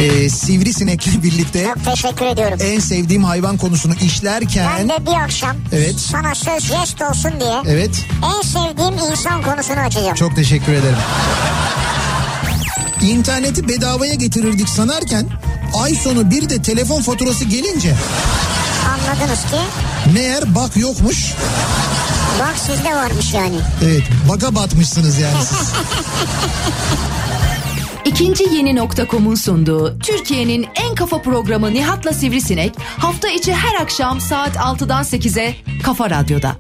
Sivrisinek'le birlikte. Çok teşekkür ediyorum. En sevdiğim hayvan konusunu işlerken. Ben de bir akşam evet. sana söz jest olsun diye. Evet. En sevdiğim insan konusunu açacağım. Çok teşekkür ederim. İnterneti bedavaya getirirdik sanarken ay sonu bir de telefon faturası gelince. Anladınız ki. Meğer bak yokmuş. Bak sizde varmış yani. Evet, baka batmışsınız yani siz. İkinci Yeni.com'un sunduğu Türkiye'nin en kafa programı Nihat'la Sivrisinek hafta içi her akşam saat 6'dan 8'e Kafa Radyo'da.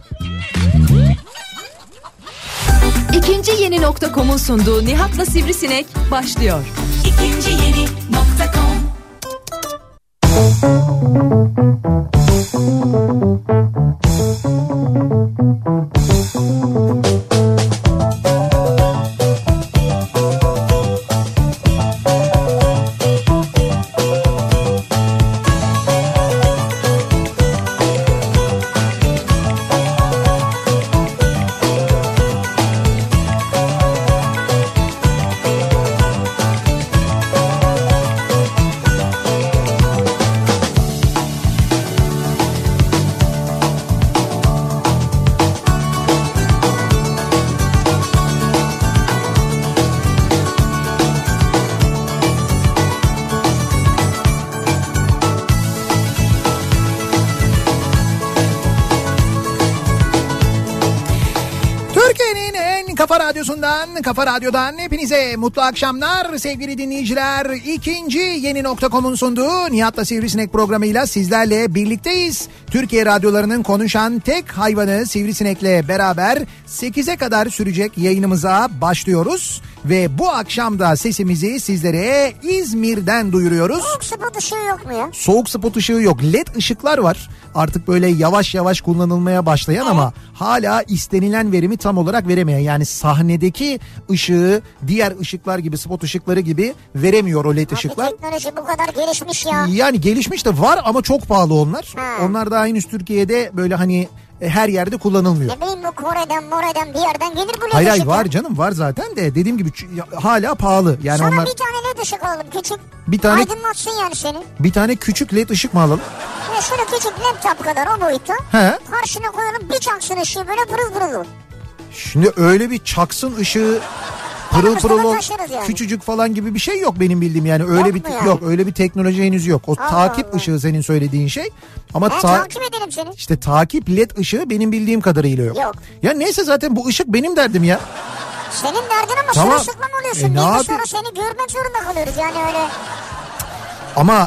İkinci Yeni.com'un sunduğu Nihat'la Sivrisinek başlıyor. İkinci Yeni.com. Kafa Radyo'dan hepinize mutlu akşamlar sevgili dinleyiciler. İkinci Yeni.com'un sunduğu Nihat'la Sivrisinek programıyla sizlerle birlikteyiz. Türkiye radyolarının konuşan tek hayvanı Sivrisinek'le beraber 8'e kadar sürecek yayınımıza başlıyoruz. Ve bu akşam da sesimizi sizlere İzmir'den duyuruyoruz. Soğuk spot ışığı yok mu ya? Soğuk spot ışığı yok. LED ışıklar var. Artık böyle yavaş yavaş kullanılmaya başlayan ama hala istenilen verimi tam olarak veremeyen. Yani sahnedeki ışığı diğer ışıklar gibi, spot ışıkları gibi veremiyor o LED ışıklar. Teknoloji bu kadar gelişmiş ya. Yani gelişmiş de var ama çok pahalı onlar. Onlar daha henüz Türkiye'de böyle hani her yerde kullanılmıyor. Ne bileyim bu Kore'den bir yerden gelir bu LED hayır, ışık. Var canım, var zaten de dediğim gibi hala pahalı. Yani sana onlar... bir tane LED ışık alalım küçük. Bir tane... Aydınlatsın yani seni. Bir tane küçük LED ışık mı alalım? Ya şöyle küçük laptop kadar o boyutta. He. Karşına koyalım, bir çaksın ışığı böyle pırıl pırıl. Şimdi öyle bir çaksın ışığı pırıl pırıl yani. Küçücük falan gibi bir şey yok benim bildiğim yani öyle yok bir yani? Yok, öyle bir teknoloji henüz yok. O takip ışığı senin söylediğin şey. Ama takip edelim seni. İşte takip LED ışığı benim bildiğim kadarıyla yok. Yok. Ya neyse zaten bu ışık benim derdim ya. Senin derdin ama tamam. sırılsıklam oluyorsun. Bir de sonra seni görmek zorunda kalıyoruz yani öyle. Ama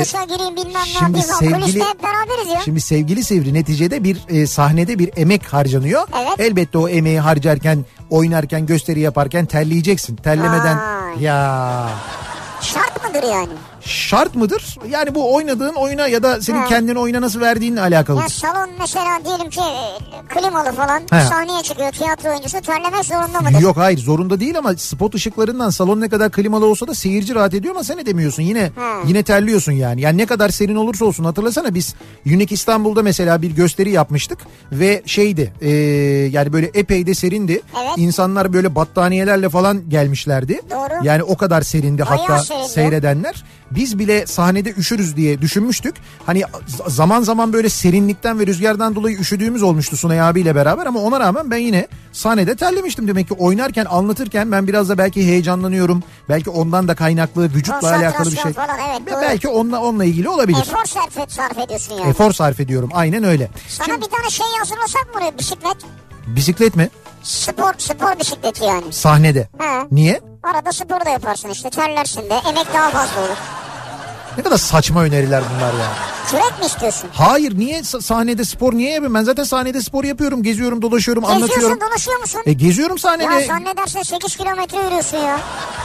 şimdi sevgili Sivri neticede bir sahnede bir emek harcanıyor. Evet. Elbette o emeği harcarken, oynarken, gösteri yaparken terleyeceksin. Terlemeden ya. Şart mıdır yani? Şart mıdır? Yani bu oynadığın oyuna ya da senin kendini oyuna nasıl verdiğinle alakalı. Ya salon mesela diyelim ki klimalı falan sahneye çıkıyor tiyatro oyuncusu, terlemek zorunda mıdır? Yok hayır, zorunda değil ama spot ışıklarından salon ne kadar klimalı olsa da seyirci rahat ediyor ama sen edemiyorsun. Yine terliyorsun yani. Yani ne kadar serin olursa olsun, hatırlasana biz Unique İstanbul'da mesela bir gösteri yapmıştık ve yani böyle epey de serindi. Evet. İnsanlar böyle battaniyelerle falan gelmişlerdi. Doğru. Yani o kadar serindi. Bayağı hatta serindi. Seyredenler. Biz bile sahnede üşürüz diye düşünmüştük. Hani zaman zaman böyle serinlikten ve rüzgardan dolayı üşüdüğümüz olmuştu Sunay abiyle beraber ama ona rağmen ben yine sahnede terlemiştim. Demek ki oynarken, anlatırken ben biraz da belki heyecanlanıyorum. Belki ondan da kaynaklı, vücutla alakalı bir şey. Falan, evet, belki onunla ilgili olabilir. Efor sarf ediyorsun yani. Efor sarf ediyorum, aynen öyle. Sana bir tane şey hazırlasak mı oraya, bisiklet? Bisiklet mi? Spor bisikleti yani. Sahnede. Niye? Arada spor da yaparsın işte, terlersin de, emek daha fazla olur. Ne kadar saçma öneriler bunlar ya. Kürek mi istiyorsun? Hayır, niye sahnede spor niye yapayım? Ben zaten sahnede spor yapıyorum. Geziyorum, dolaşıyorum, anlatıyorum. Geziyorsun, dolaşıyor musun? Geziyorum sahnede. Ya zannedersen 8 kilometre yürüyorsun ya.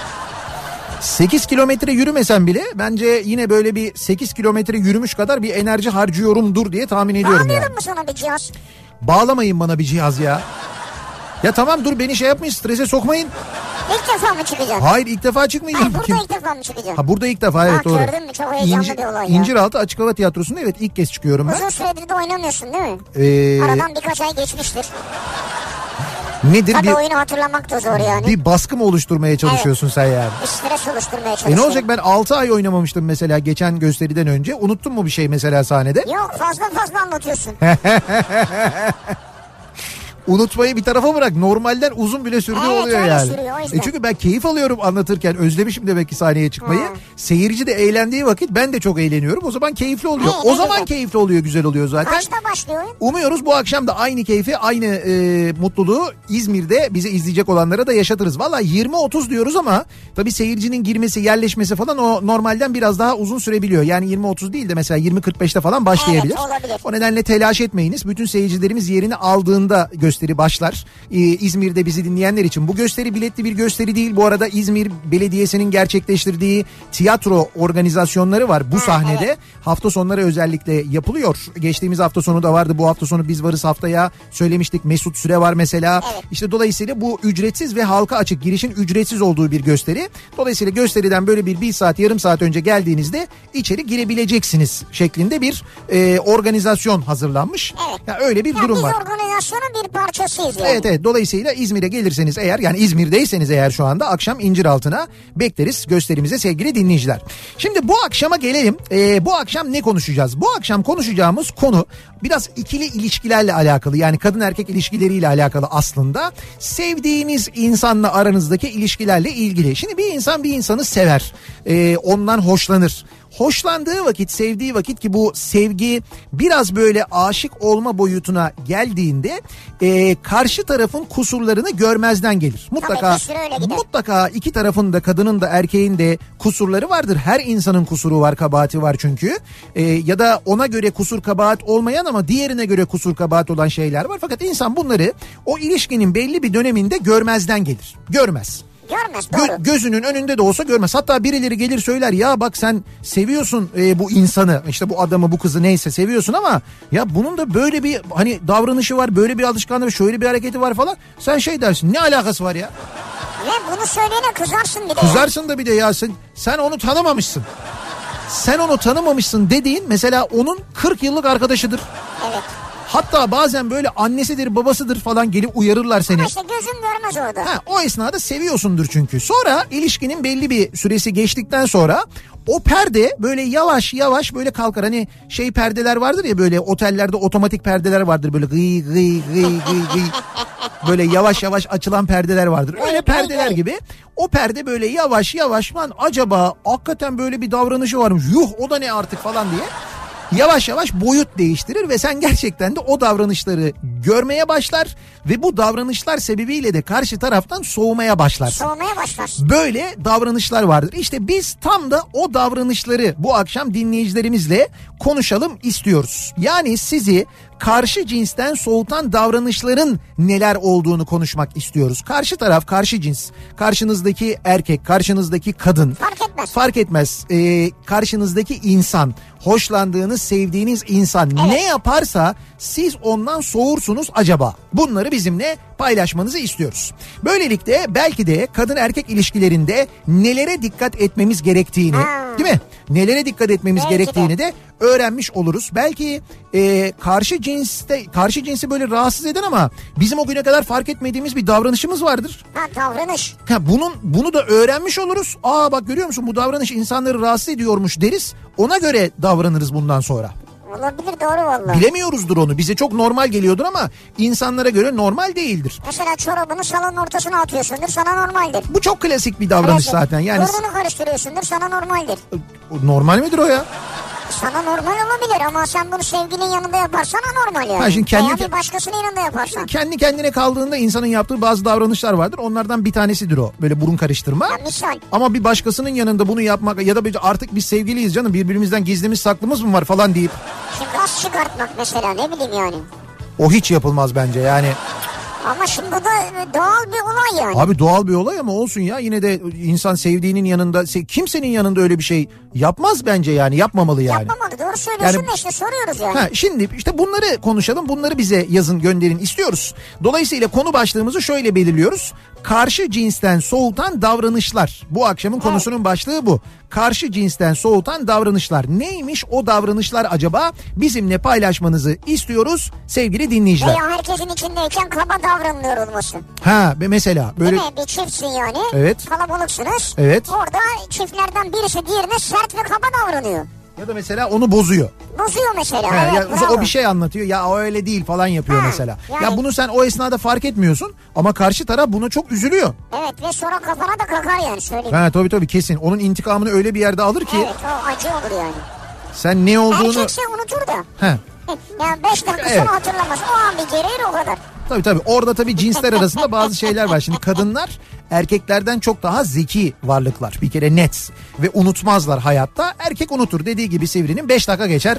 8 kilometre yürümesem bile bence yine böyle bir 8 kilometre yürümüş kadar bir enerji harcıyorumdur diye tahmin ediyorum. Bağlayalım mı sana bir cihaz? Bağlamayın bana bir cihaz ya. Ya tamam, dur beni yapmayın, strese sokmayın. İlk defa mı çıkacaksın? Hayır, ilk defa çıkmayacağım. Hayır, burada ilk defa mı çıkacaksın? Burada ilk defa, evet, doğru. Gördün mü, çok heyecanlı bir olay ya. İnciraltı Açık Hava Tiyatrosu'nda evet ilk kez çıkıyorum ben. Uzun süredir de oynamıyorsun değil mi? Aradan birkaç ay geçmiştir. Nedir? Tabii oyunu hatırlamak da zor yani. Bir baskı mı oluşturmaya çalışıyorsun sen yani? Bir stres oluşturmaya çalışıyorum. Ne olacak, ben 6 ay oynamamıştım mesela geçen gösteriden önce. Unuttun mu bir şey mesela sahnede? Yok, fazla anlatıyorsun. Unutmayı bir tarafa bırak. Normalden uzun bile sürdüğü oluyor yani. Sürüyor, çünkü ben keyif alıyorum anlatırken. Özlemişim demek ki sahneye çıkmayı. Seyirci de eğlendiği vakit ben de çok eğleniyorum. O zaman keyifli oluyor. O zaman güzel. Keyifli oluyor, güzel oluyor zaten. Kaçta başlıyor? Umuyoruz bu akşam da aynı keyfi, aynı mutluluğu İzmir'de bizi izleyecek olanlara da yaşatırız. Valla 20-30 diyoruz ama tabii seyircinin girmesi, yerleşmesi falan o normalden biraz daha uzun sürebiliyor. Yani 20-30 değil de mesela 20-45'te falan başlayabilir. Evet, olabilir. O nedenle telaş etmeyiniz. Bütün seyircilerimiz yerini aldığında gösteri başlar. İzmir'de bizi dinleyenler için bu gösteri biletli bir gösteri değil. Bu arada İzmir Belediyesi'nin gerçekleştirdiği tiyatro organizasyonları var bu sahnede. Evet. Hafta sonları özellikle yapılıyor. Geçtiğimiz hafta sonu da vardı. Bu hafta sonu biz varız haftaya. Söylemiştik, Mesut Süre var mesela. Evet. İşte dolayısıyla bu ücretsiz ve halka açık, girişin ücretsiz olduğu bir gösteri. Dolayısıyla gösteriden böyle bir saat, yarım saat önce geldiğinizde içeri girebileceksiniz şeklinde bir organizasyon hazırlanmış. Evet. Yani öyle bir durum var. Biz organizasyonun bir parçasıyız yani. Evet. Dolayısıyla İzmir'e gelirseniz eğer, yani İzmir'deyseniz eğer şu anda akşam İnciraltı'na bekleriz gösterimize sevgili dinleyiciler. Şimdi bu akşama gelelim. Bu akşam ne konuşacağız? Bu akşam konuşacağımız konu biraz ikili ilişkilerle alakalı. Yani kadın erkek ilişkileriyle alakalı aslında. Sevdiğiniz insanla aranızdaki ilişkilerle ilgili. Şimdi bir insan bir insanı sever. Ondan hoşlanır. Hoşlandığı vakit, sevdiği vakit, ki bu sevgi biraz böyle aşık olma boyutuna geldiğinde karşı tarafın kusurlarını görmezden gelir. Mutlaka iki tarafın da, kadının da erkeğin de kusurları vardır. Her insanın kusuru var, kabahati var çünkü. Ya da ona göre kusur kabahat olmayan ama diğerine göre kusur kabahat olan şeyler var. Fakat insan bunları o ilişkinin belli bir döneminde görmezden gelir. Görmez. Gözünün önünde de olsa görmez. Hatta birileri gelir söyler, ya bak sen seviyorsun bu insanı, işte bu adamı, bu kızı neyse seviyorsun ama ya bunun da böyle bir hani davranışı var, böyle bir alışkanlığı, şöyle bir hareketi var falan. Sen şey dersin, ne alakası var ya? Ne, bunu söyleyene kızarsın bir de. Kızarsın da bir de ya sen onu tanımamışsın. Sen onu tanımamışsın dediğin mesela onun 40 yıllık arkadaşıdır. Evet. Hatta bazen böyle annesidir, babasıdır falan gelip uyarırlar seni. Ama işte gözün görmez orada. O esnada seviyorsundur çünkü. Sonra ilişkinin belli bir süresi geçtikten sonra o perde böyle yavaş yavaş böyle kalkar. Hani şey perdeler vardır ya, böyle otellerde otomatik perdeler vardır, böyle gıy gıy gıy gıy gıy. Böyle yavaş yavaş açılan perdeler vardır. Öyle perdeler gibi. O perde böyle yavaş yavaş, lan acaba hakikaten böyle bir davranışı varmış, yuh o da ne artık falan diye yavaş yavaş boyut değiştirir ve sen gerçekten de o davranışları görmeye başlar ve bu davranışlar sebebiyle de karşı taraftan soğumaya başlarsın. Böyle davranışlar vardır. İşte biz tam da o davranışları bu akşam dinleyicilerimizle konuşalım istiyoruz. Yani sizi karşı cinsten soğutan davranışların neler olduğunu konuşmak istiyoruz. Karşı taraf, karşı cins, karşınızdaki erkek, karşınızdaki kadın fark etmez. Karşınızdaki insan, hoşlandığınız, sevdiğiniz insan ne yaparsa siz ondan soğursunuz acaba. Bunları bizimle paylaşmanızı istiyoruz. Böylelikle belki de kadın erkek ilişkilerinde nelere dikkat etmemiz gerektiğini, değil mi? Nelere dikkat etmemiz gerektiğini de öğrenmiş oluruz. Belki karşı cinsi böyle rahatsız eden ama bizim o güne kadar fark etmediğimiz bir davranışımız vardır. Davranış. Bunu da öğrenmiş oluruz. Bak görüyor musun, bu davranış insanları rahatsız ediyormuş deriz. Ona göre davranırız bundan sonra. Olabilir, doğru vallahi. Bilemiyoruzdur onu. Bize çok normal geliyordur ama insanlara göre normal değildir. Mesela çorabını salonun ortasına atıyorsundur, sana normaldir. Bu çok klasik bir davranış zaten. Yani burnunu karıştırıyorsundur, sana normaldir. Normal midir o ya? Sana normal olabilir ama sen bunu sevgilinin yanında yaparsan anormal yani. Şimdi veya bir başkasının yanında yaparsan. Kendi kendine kaldığında insanın yaptığı bazı davranışlar vardır. Onlardan bir tanesidir o. Böyle burun karıştırma. Ya misal. Ama bir başkasının yanında bunu yapmak ya da artık biz sevgiliyiz canım, birbirimizden gizlimiz saklımız mı var falan deyip. Şimdi gaz çıkartmak mesela, ne bileyim yani. O hiç yapılmaz bence yani. Ama şimdi bu da doğal bir olay yani. Abi doğal bir olay ama olsun ya, yine de insan sevdiğinin yanında, kimsenin yanında öyle bir şey yapmaz bence yani, yapmamalı yani. Yapmamalı, doğru Doğru söylüyorsun da işte soruyoruz yani. Şimdi işte bunları konuşalım, bunları bize yazın, gönderin istiyoruz. Dolayısıyla konu başlığımızı şöyle belirliyoruz. Karşı cinsten soğutan davranışlar. Bu akşamın konusunun başlığı bu. Karşı cinsten soğutan davranışlar. Neymiş o davranışlar acaba? Bizimle paylaşmanızı istiyoruz sevgili dinleyiciler. Veya herkesin içindeyken kaba davranılıyor olması. Mesela böyle. Değil mi? Bir çiftsin yani. Evet. Kalabalıksınız. Evet. Orada çiftlerden birisi diğerine sert ve kaba davranıyor. Ya da mesela onu bozuyor. Bozuyor mesela. Evet, o bir şey anlatıyor. Ya o öyle değil falan yapıyor mesela. Yani... Ya bunu sen o esnada fark etmiyorsun ama karşı taraf buna çok üzülüyor. Evet ve sonra kafana da kakar yani, söyleyeyim. Tabii kesin. Onun intikamını öyle bir yerde alır ki. Evet, o acı olur yani. Sen ne olduğunu... Erkekse unutur da. Yani 5 dakika sonra hatırlamaz. O an bir gereğir, o kadar. Tabii. Orada tabii cinsler arasında bazı şeyler var. Şimdi kadınlar erkeklerden çok daha zeki varlıklar. Bir kere net. Ve unutmazlar hayatta. Erkek unutur. Dediği gibi Sivri'nin 5 dakika geçer.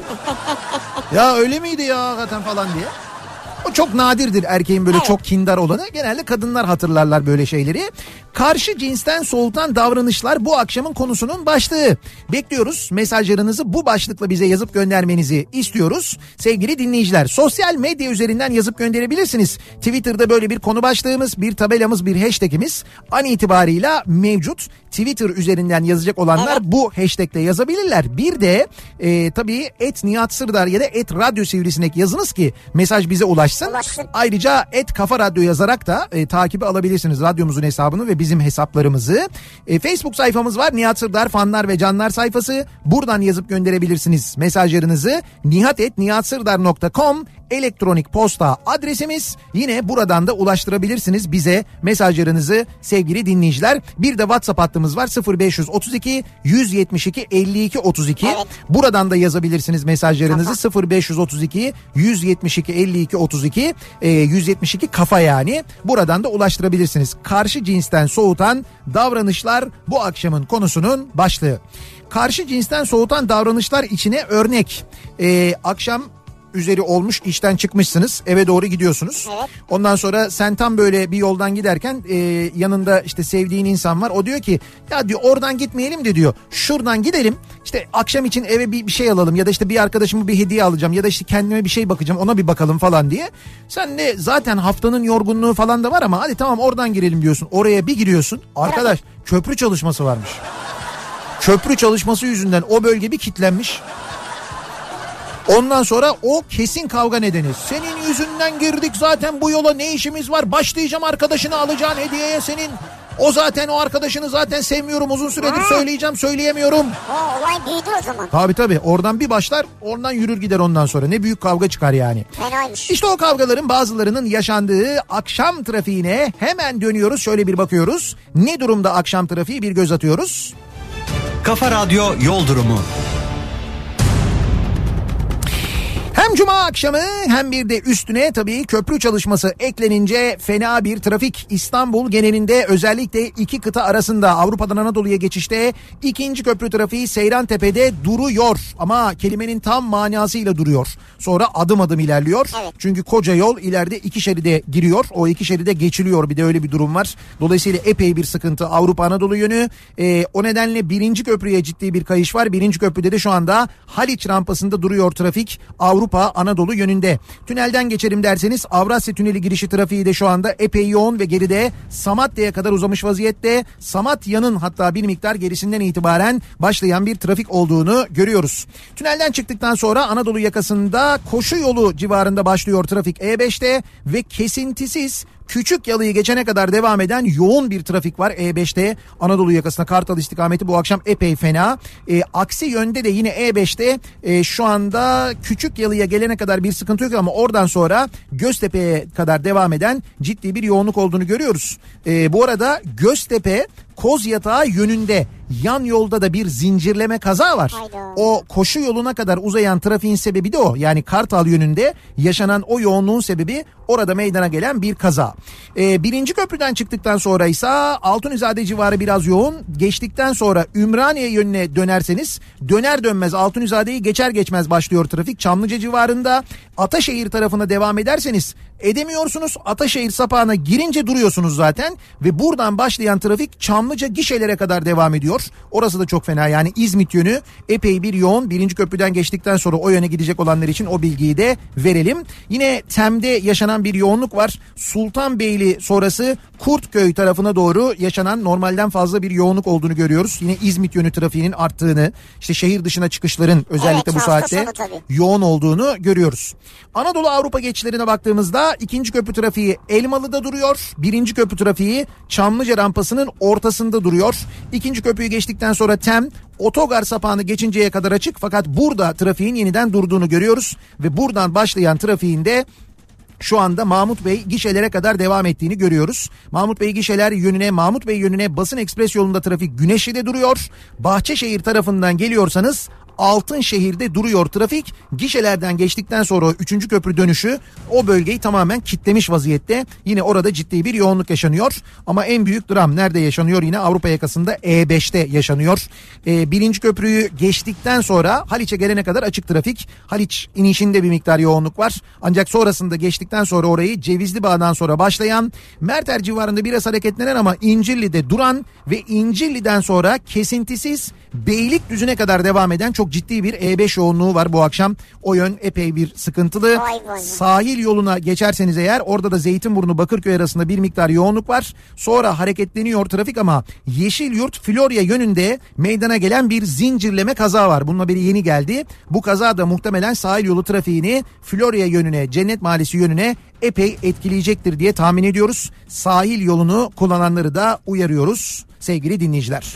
Ya öyle miydi ya hakikaten falan diye. O çok nadirdir erkeğin böyle çok kindar olanı. Genelde kadınlar hatırlarlar böyle şeyleri. Karşı cinsten soğutan davranışlar bu akşamın konusunun başlığı. Bekliyoruz. Mesajlarınızı bu başlıkla bize yazıp göndermenizi istiyoruz. Sevgili dinleyiciler, sosyal medya üzerinden yazıp gönderebilirsiniz. Twitter'da böyle bir konu başlığımız, bir tabelamız, bir hashtagimiz an itibarıyla mevcut. Twitter üzerinden yazacak olanlar bu hashtagle yazabilirler. Bir de tabii @NihatSırdar ya da @RadyoSivrisinek yazınız ki mesaj bize ulaşsın. Ayrıca @KafaRadyo yazarak da takibi alabilirsiniz radyomuzun hesabını ve bizim hesaplarımızı. Facebook sayfamız var, Nihat Sırdar fanlar ve canlar sayfası. Buradan yazıp gönderebilirsiniz mesajlarınızı. nihat@nihatsırdar.com elektronik posta adresimiz. Yine buradan da ulaştırabilirsiniz bize mesajlarınızı sevgili dinleyiciler. Bir de WhatsApp hattımız var, 0532 172 52 32. Buradan da yazabilirsiniz mesajlarınızı. 0532 172 52 32 172 kafa yani. Buradan da ulaştırabilirsiniz. Karşı cinsten soğutan davranışlar bu akşamın konusunun başlığı. Karşı cinsten soğutan davranışlar içine örnek. Akşam üzeri olmuş, işten çıkmışsınız, eve doğru gidiyorsunuz. Ondan sonra sen tam böyle bir yoldan giderken yanında işte sevdiğin insan var. O diyor ki ya diyor oradan gitmeyelim de diyor şuradan gidelim. İşte akşam için eve bir şey alalım ya da işte bir arkadaşıma bir hediye alacağım ya da işte kendime bir şey bakacağım, ona bir bakalım falan diye. Sen de zaten haftanın yorgunluğu falan da var ama hadi tamam oradan girelim diyorsun. Oraya bir giriyorsun. Arkadaş köprü çalışması varmış. Köprü çalışması yüzünden o bölge bir kilitlenmiş. Ondan sonra o kesin kavga nedeni. Senin yüzünden girdik zaten bu yola, ne işimiz var? Başlayacağım arkadaşını alacağın hediyeye senin. O zaten, o arkadaşını zaten sevmiyorum, uzun süredir söyleyeceğim söyleyemiyorum. Olay büyüdü o zaman. Tabii oradan bir başlar, oradan yürür gider ondan sonra. Ne büyük kavga çıkar yani. Fenaymış. İşte o kavgaların bazılarının yaşandığı akşam trafiğine hemen dönüyoruz. Şöyle bir bakıyoruz. Ne durumda akşam trafiği, bir göz atıyoruz. Kafa Radyo Yol Durumu. Hem cuma akşamı hem bir de üstüne tabii köprü çalışması eklenince fena bir trafik. İstanbul genelinde özellikle iki kıta arasında Avrupa'dan Anadolu'ya geçişte ikinci köprü trafiği Seyrantepe'de duruyor. Ama kelimenin tam manasıyla duruyor. Sonra adım adım ilerliyor. Çünkü koca yol ileride iki şeride giriyor. O iki şeride geçiliyor, bir de öyle bir durum var. Dolayısıyla epey bir sıkıntı Avrupa Anadolu yönü. O nedenle birinci köprüye ciddi bir kayış var. Birinci köprüde de şu anda Haliç rampasında duruyor trafik. Avrupa Anadolu yönünde. Tünelden geçerim derseniz Avrasya Tüneli girişi trafiği de şu anda epey yoğun ve geride Samatya'ya kadar uzamış vaziyette. Samatya'nın hatta bir miktar gerisinden itibaren başlayan bir trafik olduğunu görüyoruz. Tünelden çıktıktan sonra Anadolu yakasında Koşu Yolu civarında başlıyor trafik E5'te ve kesintisiz Küçükyalı'yı geçene kadar devam eden yoğun bir trafik var E5'te. Anadolu yakasına Kartal istikameti bu akşam epey fena. Aksi yönde de yine E5'te şu anda Küçükyalı'ya gelene kadar bir sıkıntı yok ama oradan sonra Göztepe'ye kadar devam eden ciddi bir yoğunluk olduğunu görüyoruz. Bu arada Göztepe Kozyatağı yönünde yan yolda da bir zincirleme kaza var. Hayda. O koşu yoluna kadar uzayan trafiğin sebebi de o. Yani Kartal yönünde yaşanan o yoğunluğun sebebi orada meydana gelen bir kaza. Birinci köprüden çıktıktan sonra ise Altunizade civarı biraz yoğun. Geçtikten sonra Ümraniye yönüne dönerseniz döner dönmez Altunizade'yi geçer geçmez başlıyor trafik. Çamlıca civarında Ataşehir tarafına devam ederseniz edemiyorsunuz. Ataşehir sapağına girince duruyorsunuz zaten ve buradan başlayan trafik Çamlıca gişelere kadar devam ediyor. Orası da çok fena, yani İzmit yönü epey bir yoğun. Birinci köprüden geçtikten sonra o yöne gidecek olanlar için o bilgiyi de verelim. Yine TEM'de yaşanan bir yoğunluk var. Sultanbeyli sonrası Kurtköy tarafına doğru yaşanan normalden fazla bir yoğunluk olduğunu görüyoruz. Yine İzmit yönü trafiğinin arttığını, işte şehir dışına çıkışların özellikle bu saatte yoğun olduğunu görüyoruz. Anadolu Avrupa geçişlerine baktığımızda ikinci köprü trafiği Elmalı'da duruyor. Birinci köprü trafiği Çamlıca rampasının ortasında duruyor. İkinci köprüyü geçtikten sonra TEM otogar sapağını geçinceye kadar açık, fakat burada trafiğin yeniden durduğunu görüyoruz ve buradan başlayan trafiğin de şu anda Mahmut Bey gişelere kadar devam ettiğini görüyoruz. Mahmut Bey gişeler yönüne, Mahmut Bey yönüne Basın Ekspres yolunda trafik Güneşli'de duruyor. Bahçeşehir tarafından geliyorsanız Altınşehir'de duruyor trafik. Gişelerden geçtikten sonra 3. köprü dönüşü o bölgeyi tamamen kitlemiş vaziyette. Yine orada ciddi bir yoğunluk yaşanıyor. Ama en büyük dram nerede yaşanıyor? Yine Avrupa yakasında E5'te yaşanıyor. Birinci köprüyü geçtikten sonra Haliç'e gelene kadar açık trafik. Haliç inişinde bir miktar yoğunluk var. Ancak sonrasında geçtikten sonra orayı Cevizli Bağ'dan sonra başlayan, Merter civarında biraz hareketlenen ama İncirli'de duran ve İncirli'den sonra kesintisiz Beylikdüzü'ne kadar devam eden çok ciddi bir E5 yoğunluğu var bu akşam. O yön epey bir sıkıntılı. Sahil yoluna geçerseniz eğer, orada da Zeytinburnu Bakırköy arasında bir miktar yoğunluk var. Sonra hareketleniyor trafik ama Yeşilyurt Florya yönünde meydana gelen bir zincirleme kaza var. Bunun haberi yeni geldi. Bu kaza da muhtemelen sahil yolu trafiğini Florya yönüne, Cennet Mahallesi yönüne epey etkileyecektir diye tahmin ediyoruz. Sahil yolunu kullananları da uyarıyoruz sevgili dinleyiciler.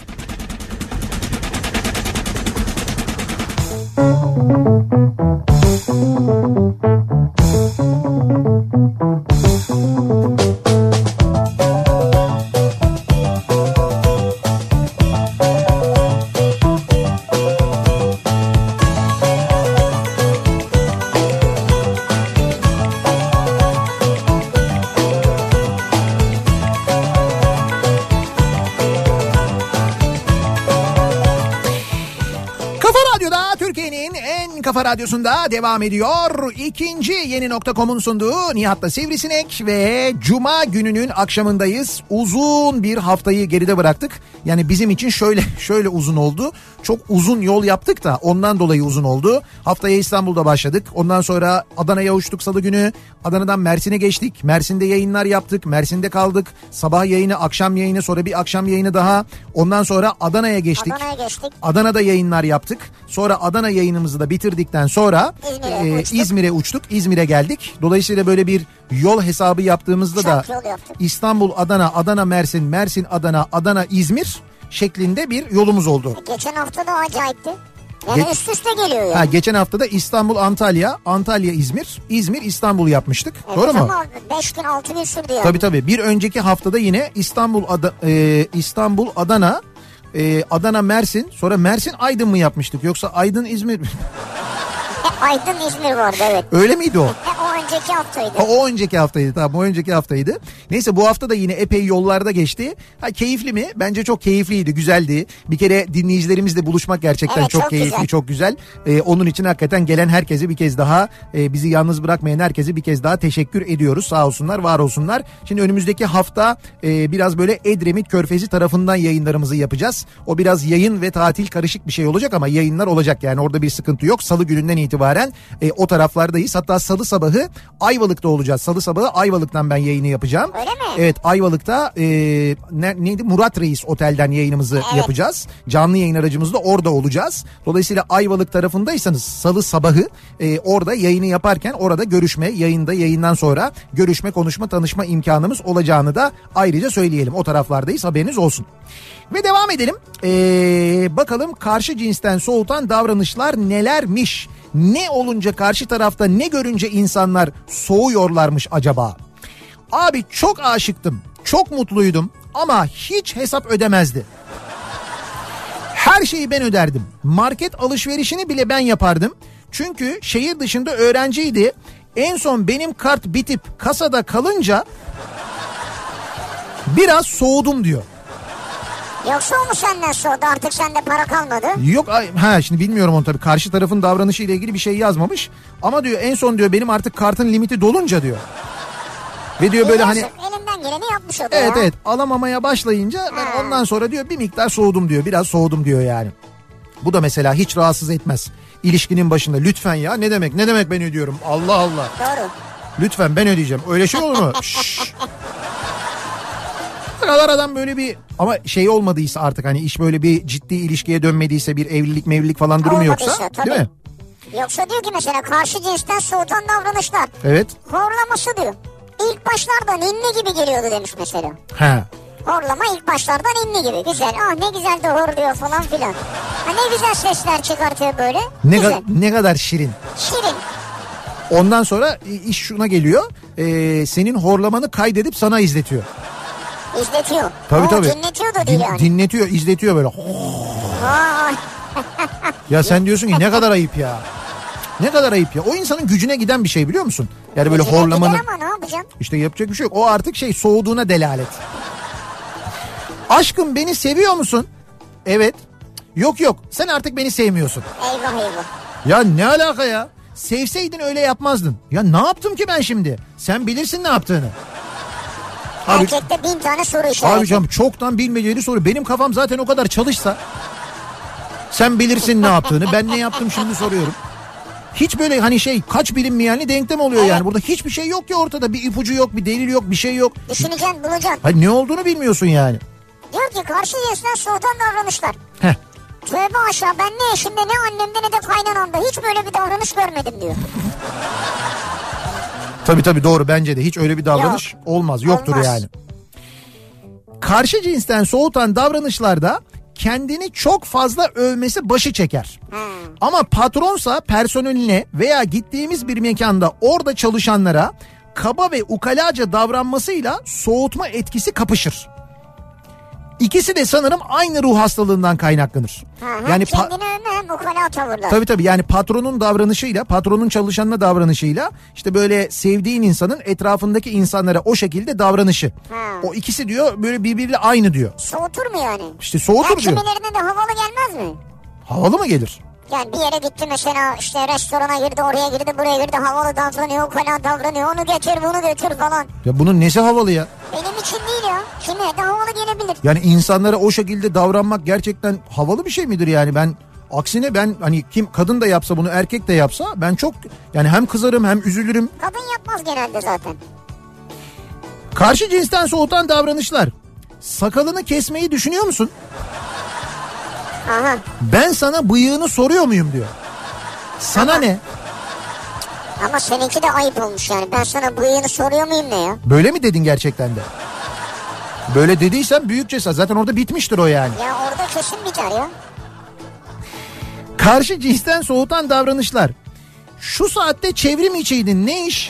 Kafa Radyosu'nda devam ediyor. İkinci yeni nokta.com'un sunduğu Nihat'la Sivrisinek ve Cuma gününün akşamındayız. Uzun bir haftayı geride bıraktık. Yani bizim için şöyle uzun oldu. Çok uzun yol yaptık da ondan dolayı uzun oldu. Haftaya İstanbul'da başladık. Ondan sonra Adana'ya uçtuk salı günü. Adana'dan Mersin'e geçtik. Mersin'de yayınlar yaptık. Mersin'de kaldık. Sabah yayını, akşam yayını, sonra bir akşam yayını daha. Ondan sonra Adana'ya geçtik. Adana'da yayınlar yaptık. Sonra Adana yayınımızı da bitirdikten sonra İzmir'e uçtuk. İzmir'e geldik. Dolayısıyla böyle bir yol hesabı yaptığımızda da İstanbul, Adana, Adana, Mersin, Mersin, Adana, Adana, İzmir şeklinde bir yolumuz oldu. Geçen hafta da acayipti. Yani üst üste geliyor yani. Geçen hafta da İstanbul, Antalya, Antalya, İzmir, İzmir, İstanbul yapmıştık. Evet, doğru mu? Ama 5 gün 6 gün sürdü yani. Tabii. Bir önceki haftada yine İstanbul, Adana, Adana, Mersin, sonra Mersin, Aydın mı yapmıştık? Yoksa Aydın, İzmir mi? Aydın, İzmir vardı, evet. Öyle miydi o? O önceki haftaydı. O önceki haftaydı, tamam, o önceki haftaydı. Neyse, bu hafta da yine epey yollarda geçti. Keyifli mi? Bence çok keyifliydi, güzeldi. Bir kere dinleyicilerimizle buluşmak gerçekten çok keyifli, güzel. Çok güzel. Onun için hakikaten gelen herkese bir kez daha, bizi yalnız bırakmayan herkese bir kez daha teşekkür ediyoruz. Sağ olsunlar, var olsunlar. Şimdi önümüzdeki hafta biraz böyle Edremit Körfezi tarafından yayınlarımızı yapacağız. O biraz yayın ve tatil karışık bir şey olacak ama yayınlar olacak, yani orada bir sıkıntı yok. Salı gününden itibaren o taraflardayız. Hatta salı sabahı Ayvalık'ta olacağız. Salı sabahı Ayvalık'tan ben yayını yapacağım. Öyle mi? Evet, Ayvalık'ta neydi? Murat Reis Otel'den yayınımızı yapacağız. Canlı yayın aracımızda orada olacağız. Dolayısıyla Ayvalık tarafındaysanız salı sabahı orada yayını yaparken orada görüşme, yayından sonra görüşme, konuşma, tanışma imkanımız olacağını da ayrıca söyleyelim. O taraflardayız, haberiniz olsun. Ve devam edelim. Bakalım karşı cinsten soğutan davranışlar nelermiş? Ne olunca karşı tarafta, ne görünce insanlar soğuyorlarmış acaba? Abi çok aşıktım, çok mutluydum ama hiç hesap ödemezdi. Her şeyi ben öderdim. Market alışverişini bile ben yapardım. Çünkü şehir dışında öğrenciydi. En son benim kart bitip kasada kalınca biraz soğudum diyor. Yoksa o mu senden soğudu, artık sende para kalmadı? Yok, şimdi bilmiyorum onu tabii. Karşı tarafın davranışıyla ilgili bir şey yazmamış. Ama diyor en son diyor benim artık kartın limiti dolunca diyor. Ve diyor böyle hani elinden geleni yapmış oluyor. Evet evet, alamamaya başlayınca ben ondan sonra diyor bir miktar soğudum diyor. Biraz soğudum diyor yani. Bu da mesela hiç rahatsız etmez. İlişkinin başında lütfen ya, ne demek ben ödüyorum, Allah Allah. Doğru. Lütfen ben ödeyeceğim, öyle şey olur mu? Aradan böyle bir ama şey olmadıysa artık, hani iş böyle bir ciddi ilişkiye dönmediyse, bir evlilik falan durumu yoksa tabii. değil mi? Yoksa diyor ki mesela karşı cinsten soğutan davranışlar. Evet. Horlaması diyor. İlk başlarda ninni gibi geliyordu demiş mesela. He. Horlama ilk başlarda ninni gibi. Güzel. Ne güzel de horluyor falan filan. Ne güzel sesler çıkartıyor böyle. Ne kadar şirin. Şirin. Ondan sonra iş şuna geliyor. Senin horlamanı kaydedip sana izletiyor. İzletiyor. Tabii. Dinletiyor da değil yani. Dinletiyor, izletiyor böyle. Ya sen diyorsun ki ne kadar ayıp ya. Ne kadar ayıp ya. O insanın gücüne giden bir şey, biliyor musun? Yani böyle gücüne horlamanı. ama ne yapacaksın? İşte yapacak bir şey yok. O artık soğuduğuna delalet. Aşkım beni seviyor musun? Evet. Yok sen artık beni sevmiyorsun. Eyvah. Ya ne alaka ya? Sevseydin öyle yapmazdın. Ya ne yaptım ki ben şimdi? Sen bilirsin ne yaptığını. Erkekte 1000 tane soru işareti. Abi canım, çoktan bilmeyeceğini soru. Benim kafam zaten o kadar çalışsa. Sen bilirsin ne yaptığını. Ben ne yaptım şimdi soruyorum. Hiç böyle hani kaç bilinmeyenli denklem oluyor yani. Burada hiçbir şey yok ya ortada. Bir ipucu yok, bir delil yok, bir şey yok. Düşüneceksin, bulacaksın. Hayır, ne olduğunu bilmiyorsun yani. Diyor ki karşı cinsten soğutan davranışlar. Heh. Tövbe aşağı, ben ne eşimde ne annemde ne de kaynanamda hiç böyle bir davranış görmedim diyor. Tabii doğru, bence de hiç öyle bir davranış olmaz. Yoktur yani. Karşı cinsten soğutan davranışlarda kendini çok fazla övmesi başı çeker. Ama patronsa personeline veya gittiğimiz bir mekanda orada çalışanlara kaba ve ukalaca davranmasıyla soğutma etkisi kapışır. İkisi de sanırım aynı ruh hastalığından kaynaklanır. Yani kendini övme hem ukala tavırlar. Tabii yani patronun davranışıyla, patronun çalışanına davranışıyla, işte böyle sevdiğin insanın etrafındaki insanlara o şekilde davranışı. O ikisi diyor böyle birbiriyle aynı diyor. Soğutur mu yani? İşte soğutur diyor. Kimilerine de havalı gelmez mi? Havalı mı gelir? Yani bir yere gitti mesela, işte restorana girdi, oraya girdi, buraya girdi, havalı davranıyor, ukala davranıyor, onu getir bunu götür falan. Ya bunun nesi havalı ya? Benim için değil ya. Kime de havalı gelebilir. Yani insanlara o şekilde davranmak gerçekten havalı bir şey midir yani? Aksine ben hani kadın da yapsa bunu, erkek de yapsa ben çok yani hem kızarım hem üzülürüm. Kadın yapmaz genelde zaten. Karşı cinsten soğutan davranışlar. Sakalını kesmeyi düşünüyor musun? Aha. Ben sana bıyığını soruyor muyum diyor. Sana ne? Ama seninki de ayıp olmuş yani. Ben sana bıyığını soruyor muyum ne ya? Böyle mi dedin gerçekten de? Böyle dediysen büyük cesaret. Zaten orada bitmiştir o yani. Ya orada kesin biter ya. Karşı cinsten soğutan davranışlar. Şu saatte çevrim içiydin, ne iş?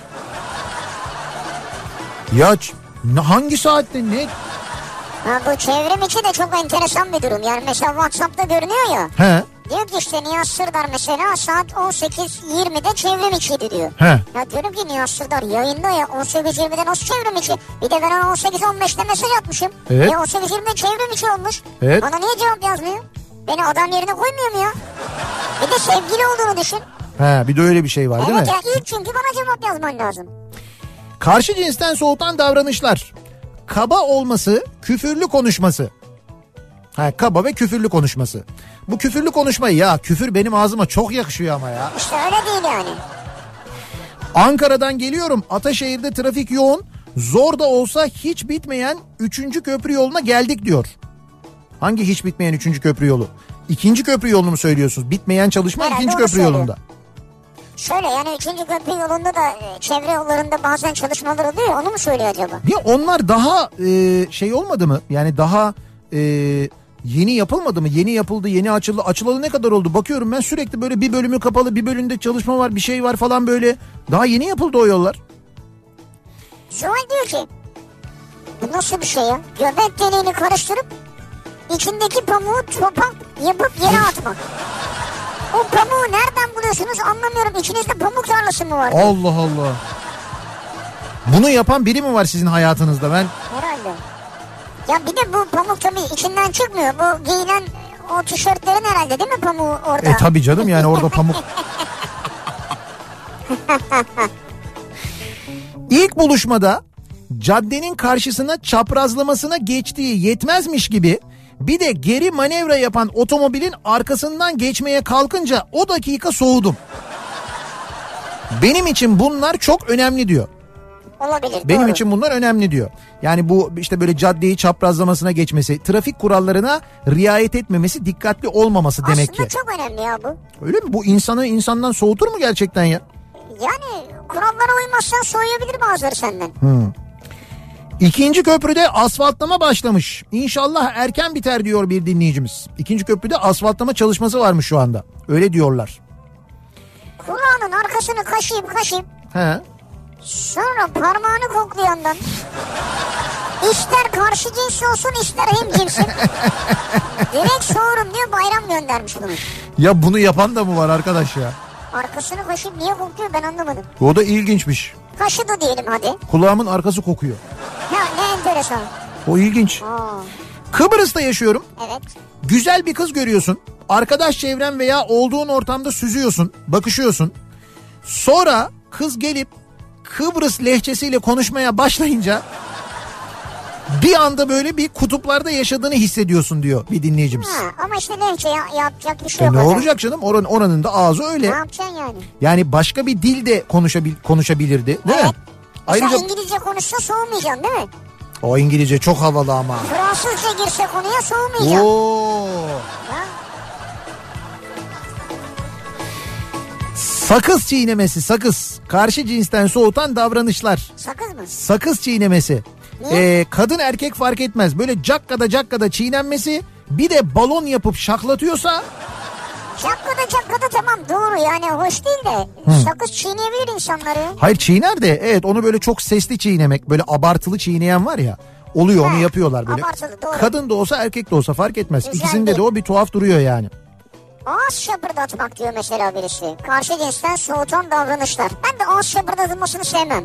Ya hangi saatte ne? Bu çevrim içi de çok enteresan bir durum. Yani mesela WhatsApp'ta görünüyor ya. He. Diyor ki işte Nihat Sırdar mesela saat 18.20'de çevrim içiydi diyor. He. Ya diyorum ki Nihat Sırdar yayında ya, 18.20'de nasıl çevrim içi? Bir de ben ona 18.15'te mesaj atmışım. Evet. 18.20'de çevrim içi olmuş. Evet. Bana niye cevap yazmıyor? Beni adam yerine koymuyor mu ya? Bir de sevgili olduğunu düşün. He, bir de öyle bir şey var değil mi? Evet ya, ilk çünkü bana cevap yazman lazım. Karşı cinsten soğutan davranışlar. Kaba olması, küfürlü konuşması. Kaba ve küfürlü konuşması. Bu küfürlü konuşmayı, ya küfür benim ağzıma çok yakışıyor ama ya. İşte öyle değil yani. Ankara'dan geliyorum. Ataşehir'de trafik yoğun. Zor da olsa hiç bitmeyen 3. köprü yoluna geldik diyor. Hangi hiç bitmeyen 3. köprü yolu? 2. köprü yolunu mu söylüyorsunuz? Bitmeyen çalışma herhalde 2. köprü söylüyor. yolunda. Şöyle yani 3. köprü yolunda da çevre yollarında bazen çalışmalar oluyor. Onu mu söylüyor acaba? Ya onlar daha olmadı mı? Yani daha yeni yapılmadı mı? Yeni yapıldı, yeni açıldı. Açılalı ne kadar oldu? Bakıyorum ben sürekli böyle bir bölümü kapalı, bir bölümde çalışma var, bir şey var falan böyle. Daha yeni yapıldı o yollar. Zuhal diyor ki bu nasıl bir şey ya? Göbek deliğini karıştırıp içindeki pamuğu topak yapıp yere atmak. O pamuğu nereden buluyorsunuz anlamıyorum. İçinizde pamuk tarlası mı var? Allah Allah. Bunu yapan biri mi var sizin hayatınızda? Ben herhalde. Ya bir de bu pamuk tabii içinden çıkmıyor. Bu giyilen o tişörtlerin herhalde değil mi pamuğu orada? Tabii canım, yani orada pamuk. İlk buluşmada caddenin karşısına çaprazlamasına geçtiği yetmezmiş gibi bir de geri manevra yapan otomobilin arkasından geçmeye kalkınca o dakika soğudum. Benim için bunlar çok önemli diyor. Olabilir. Benim doğru. için bunlar önemli diyor. Yani bu işte böyle caddeyi çaprazlamasına geçmesi, trafik kurallarına riayet etmemesi, dikkatli olmaması demek ki. Aslında çok önemli ya bu. Öyle mi? Bu insanı insandan soğutur mu gerçekten ya? Yani kurallara uymazsan soğuyabilir bazıları senden. İkinci köprüde asfaltlama başlamış. İnşallah erken biter diyor bir dinleyicimiz. İkinci köprüde asfaltlama çalışması varmış şu anda. Öyle diyorlar. Kulağının arkasını kaşıyıp He. sonra parmağını koklayandan ister karşı cins olsun ister hemcinsin direkt soğurum diyor, Bayram göndermiş bunu. Ya bunu yapan da mı var arkadaş ya? Arkasını kaşıyıp niye kokluyor ben anlamadım. O da ilginçmiş. Kaşıdı diyelim hadi. Kulağımın arkası kokuyor. Ya ne enteresan. O ilginç. Aa, Kıbrıs'ta yaşıyorum. evet. Güzel bir kız görüyorsun. Arkadaş çevren veya olduğun ortamda süzüyorsun, bakışıyorsun. Sonra kız gelip Kıbrıs lehçesiyle konuşmaya başlayınca bir anda böyle bir kutuplarda yaşadığını hissediyorsun diyor bir dinleyicimiz. Ha, ama işte lehçe yapacak bir şey yok. Ne orada. olacak canım? Oranın da ağzı öyle. Ne yapacaksın yani? Yani başka bir dilde konuşabilirdi değil Evet. mi? Mesela Ayrıca İngilizce konuşsa soğumayacaksın değil mi? o İngilizce çok havalı ama. Fransızca girse konuya soğumayacaksın. Oo. Ha? Sakız çiğnemesi, sakız. Karşı cinsten soğutan davranışlar. Sakız mı? Sakız çiğnemesi. Kadın erkek fark etmez. Böyle cakkada çiğnenmesi, bir de balon yapıp şaklatıyorsa. Cakkada tamam doğru yani hoş değil de sakız çiğneyebilir insanları. Hayır çiğner de evet, onu böyle çok sesli çiğnemek, böyle abartılı çiğneyen var ya. Oluyor, onu yapıyorlar böyle. Abartılı, doğru. Kadın da olsa erkek de olsa fark etmez. Güzel İkisinde değil. de o bir tuhaf duruyor yani. Ağız şapırdatmak diyor mesela birisi. Karşı cinsten soğutan davranışlar. Ben de ağız şapırdatılmasını sevmem.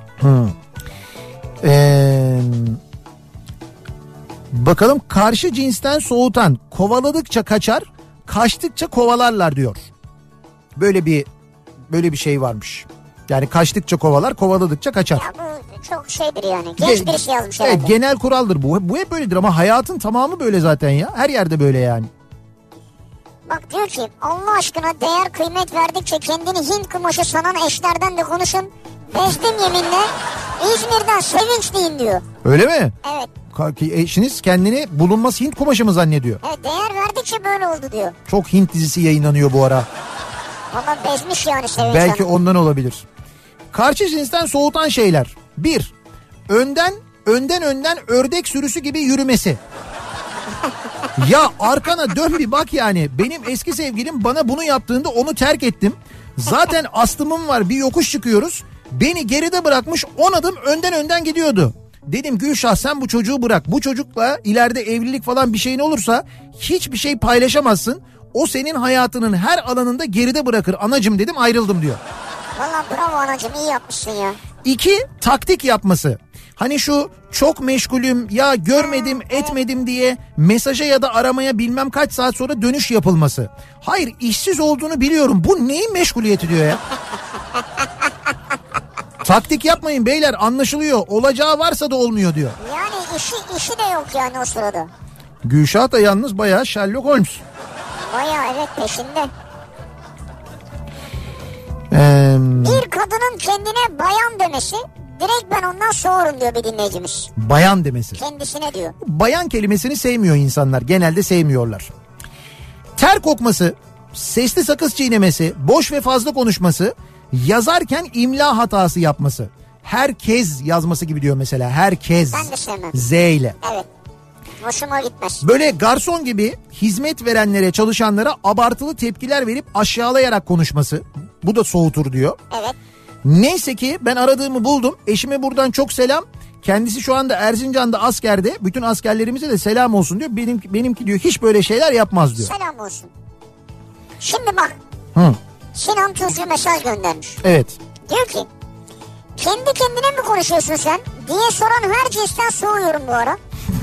Bakalım, karşı cinsten soğutan, kovaladıkça kaçar, kaçtıkça kovalarlar diyor. Böyle bir şey varmış. Yani kaçtıkça kovalar, kovaladıkça kaçar. Ya bu çok şeydir yani. Genç birisi yazmış herhalde. Evet, genel kuraldır bu. Bu hep böyledir ama hayatın tamamı böyle zaten ya. Her yerde böyle yani. Bak diyor ki Allah aşkına değer kıymet verdikçe kendini Hint kumaşı sanan eşlerden de konuşun. Bezdim yeminle İzmir'den sevinçliyim diyor. Öyle mi? Evet. Eşiniz kendini bulunmaz Hint kumaşı mı zannediyor? Evet, değer verdikçe böyle oldu diyor. Çok Hint dizisi yayınlanıyor bu ara. Valla bezmiş yani Sevinç Belki Hanım. ondan olabilir. Karşı cinsten soğutan şeyler. 1. Önden ördek sürüsü gibi yürümesi. Ya arkana dön bir bak yani. Benim eski sevgilim bana bunu yaptığında onu terk ettim. Zaten astımım var, bir yokuş çıkıyoruz. Beni geride bırakmış, 10 adım önden gidiyordu. Dedim Gülşah, sen bu çocuğu bırak. Bu çocukla ileride evlilik falan bir şeyin olursa hiçbir şey paylaşamazsın. O senin hayatının her alanında geride bırakır anacım dedim, ayrıldım diyor. Valla bravo anacığım, iyi yapmışsın ya. 2. Taktik yapması. Hani şu çok meşgulüm ya, görmedim etmedim diye mesaja ya da aramaya bilmem kaç saat sonra dönüş yapılması. Hayır, işsiz olduğunu biliyorum, bu neyin meşguliyeti diyor ya. Taktik yapmayın beyler, anlaşılıyor. Olacağı varsa da olmuyor diyor. Yani işi de yok yani o sırada. Gülşah da yalnız bayağı Sherlock Holmes. Baya evet, peşinde. Bir kadının kendine bayan demesi, direkt ben ondan soğurum diyor bir dinleyicimiz. Bayan demesi. Kendisine diyor. Bayan kelimesini sevmiyor insanlar. Genelde sevmiyorlar. Ter kokması, sesli sakız çiğnemesi, boş ve fazla konuşması, yazarken imla hatası yapması. Herkes yazması gibi diyor mesela. Herkes. Ben de sevmem. Z ile. Evet. Hoşuma gitmez. Böyle garson gibi hizmet verenlere, çalışanlara abartılı tepkiler verip aşağılayarak konuşması. Bu da soğutur diyor. Evet. Neyse ki ben aradığımı buldum. Eşime buradan çok selam. Kendisi şu anda Erzincan'da askerde. Bütün askerlerimize de selam olsun diyor. Benimki diyor hiç böyle şeyler yapmaz diyor. Selam olsun. Şimdi bak. Sinan Tuzcu mesaj göndermiş. Evet. Diyor ki kendi kendine mi konuşuyorsun sen diye soran her cinsten soğuyorum bu ara.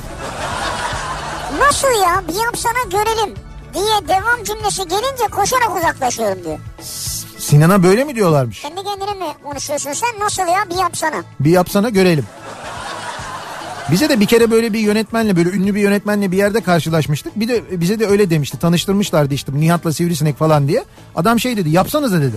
Nasıl ya, bir yapsana görelim diye devam cümlesi gelince koşarak uzaklaşıyorum diyor. Sinan'a böyle mi diyorlarmış? Kendi kendine mi konuşuyorsun sen, nasıl ya, bir yapsana. Bir yapsana görelim. Bize de bir kere böyle bir yönetmenle, böyle ünlü bir yönetmenle bir yerde karşılaşmıştık. Bir de bize de öyle demişti. Tanıştırmışlardı işte Nihat'la Sivrisinek falan diye. Adam şey dedi, yapsanıza dedi.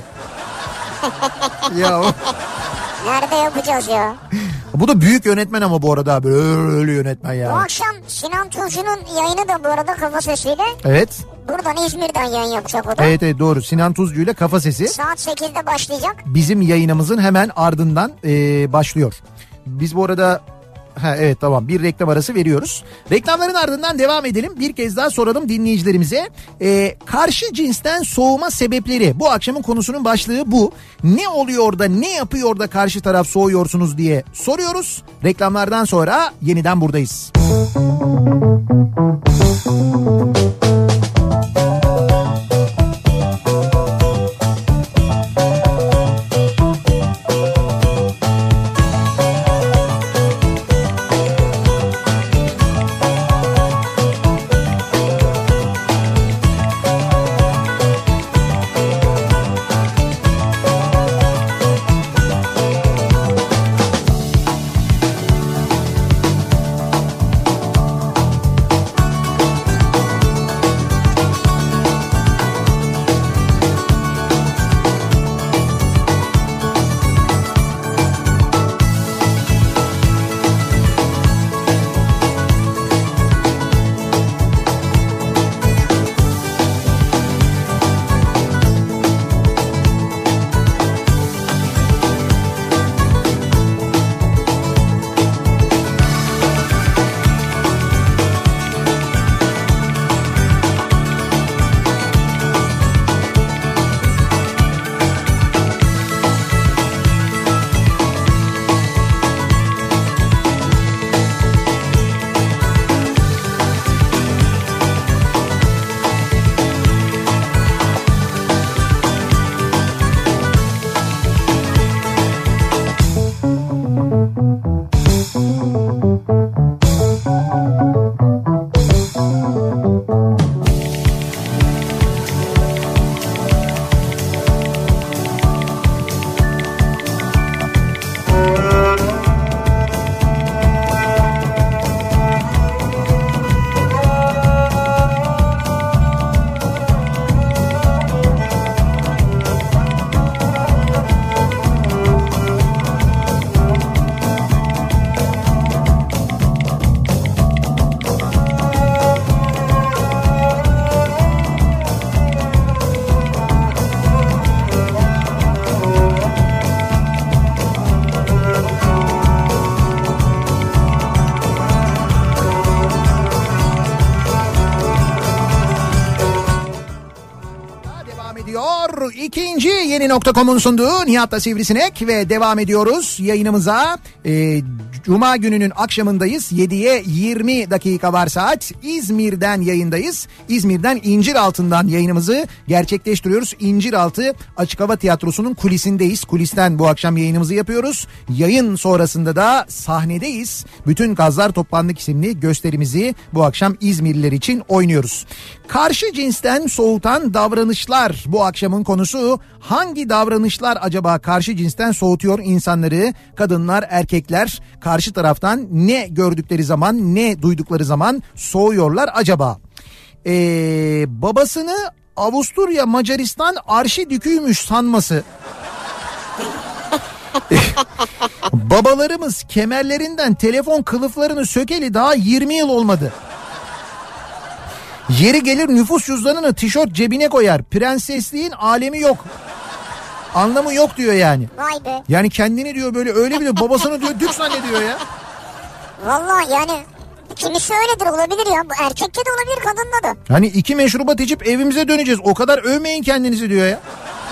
Ya o... Nerede yapacağız ya? Bu da büyük yönetmen ama bu arada abi. Öyle yönetmen ya. Bu akşam Sinan Tuzcu'nun yayını da bu arada Kafa Sesi'yle. Evet. Buradan İzmir'den yayın yapacak o da. Evet doğru. Sinan Tuzcu ile Kafa Sesi. Saat 8'de başlayacak. Bizim yayınımızın hemen ardından başlıyor. Biz bu arada... evet tamam, bir reklam arası veriyoruz. Reklamların ardından devam edelim. Bir kez daha soralım dinleyicilerimize. Karşı cinsten soğuma sebepleri. Bu akşamın konusunun başlığı bu. Ne oluyor da, ne yapıyor da karşı taraf soğuyorsunuz diye soruyoruz. Reklamlardan sonra yeniden buradayız. İkinci Yeni.com'un sunduğu Nihat'la Sivrisinek ve devam ediyoruz yayınımıza. Cuma gününün akşamındayız. 7'ye 20 dakika var saat. İzmir'den yayındayız. İzmir'den İnciraltı'ndan yayınımızı gerçekleştiriyoruz. İnciraltı Açık Hava Tiyatrosu'nun kulisindeyiz. Kulisten bu akşam yayınımızı yapıyoruz. Yayın sonrasında da sahnedeyiz. Bütün Gazlar Toplandık isimli gösterimizi bu akşam İzmirliler için oynuyoruz. Karşı cinsten soğutan davranışlar bu akşamın konusu. Hangi davranışlar acaba karşı cinsten soğutuyor insanları? Kadınlar, erkekler karşı taraftan ne gördükleri zaman, ne duydukları zaman soğuyorlar acaba? Babasını Avusturya Macaristan arşidüküymüş sanması. Babalarımız kemerlerinden telefon kılıflarını sökeli daha 20 yıl olmadı. Yeri gelir nüfus cüzdanını tişört cebine koyar. Prensesliğin alemi yok. Anlamı yok diyor yani. Vay be. Yani kendini diyor böyle öyle bile babasını diyor dük zannediyor ya. Vallahi yani kimisi öyledir, olabilir ya. Bu erkekte de olabilir, kadında da. Hani 2 meşrubat içip evimize döneceğiz. O kadar övmeyin kendinizi diyor ya.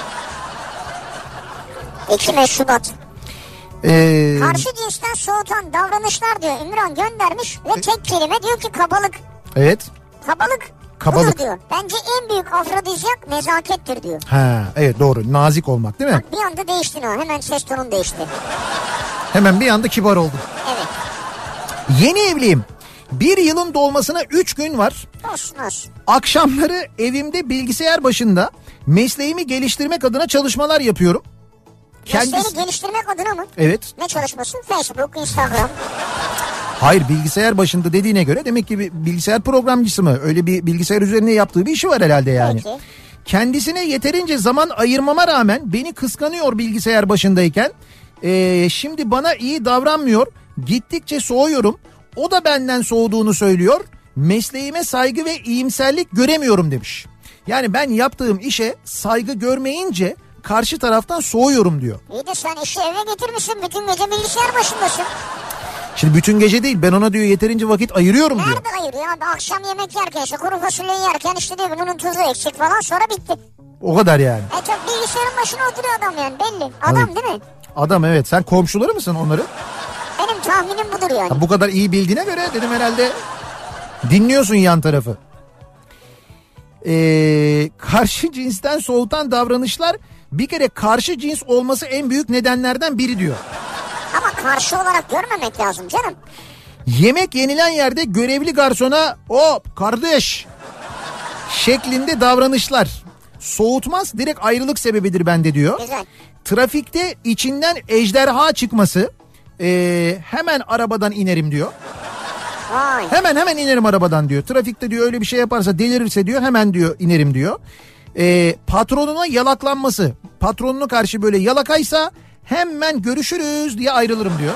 2 meşrubat. Karşı cinsten soğutan davranışlar diyor. Ümran göndermiş ve tek kelime diyor ki kabalık. Evet. Kabalık. Budur diyor. Bence en büyük afrodizyak nezakettir diyor. Ha, evet doğru. Nazik olmak değil mi? Bak, bir anda değiştin ha. Hemen ses tonun değişti. Hemen bir anda kibar oldum. Evet. Yeni evliyim. 1 yılın dolmasına 3 gün var. Olsun. Akşamları evimde bilgisayar başında mesleğimi geliştirmek adına çalışmalar yapıyorum. Mesleğini geliştirmek adına mı? Evet. Ne çalışması? Facebook, Instagram. Hayır, bilgisayar başında dediğine göre demek ki bir bilgisayar programcısı mı? Öyle bir bilgisayar üzerine yaptığı bir işi var herhalde yani. Peki. Kendisine yeterince zaman ayırmama rağmen beni kıskanıyor bilgisayar başındayken. Şimdi bana iyi davranmıyor. Gittikçe soğuyorum. O da benden soğuduğunu söylüyor. Mesleğime saygı ve iyimserlik göremiyorum demiş. Yani ben yaptığım işe saygı görmeyince karşı taraftan soğuyorum diyor. İyi de sen işi eve getirmişsin, bütün gece bilgisayar başındasın. Şimdi bütün gece değil, ben ona diyor yeterince vakit ayırıyorum diyor. Nerede ayırıyor abi? Akşam yemek yerken işte kuru fasulye yerken işte diyor bunun tuzu eksik falan, sonra bitti. O kadar yani. Çok bilgisayarın başına oturuyor adam yani, belli. Adam Evet. değil mi? Adam, evet. Sen komşuları mısın onları? Benim tahminim budur yani. Ha, bu kadar iyi bildiğine göre dedim herhalde dinliyorsun yan tarafı. Karşı cinsten soğutan davranışlar, bir kere karşı cins olması en büyük nedenlerden biri diyor. Ama karşı olarak görmemek lazım canım. Yemek yenilen yerde görevli garsona "hop kardeş" şeklinde davranışlar soğutmaz, direkt ayrılık sebebidir bende diyor. Güzel. Trafikte içinden ejderha çıkması, hemen arabadan inerim diyor. Vay. Hemen inerim arabadan diyor. Trafikte diyor öyle bir şey yaparsa, delirirse diyor, hemen diyor inerim diyor. Patronuna yalaklanması, patronuna karşı böyle yalakaysa hemen görüşürüz diye ayrılırım diyor.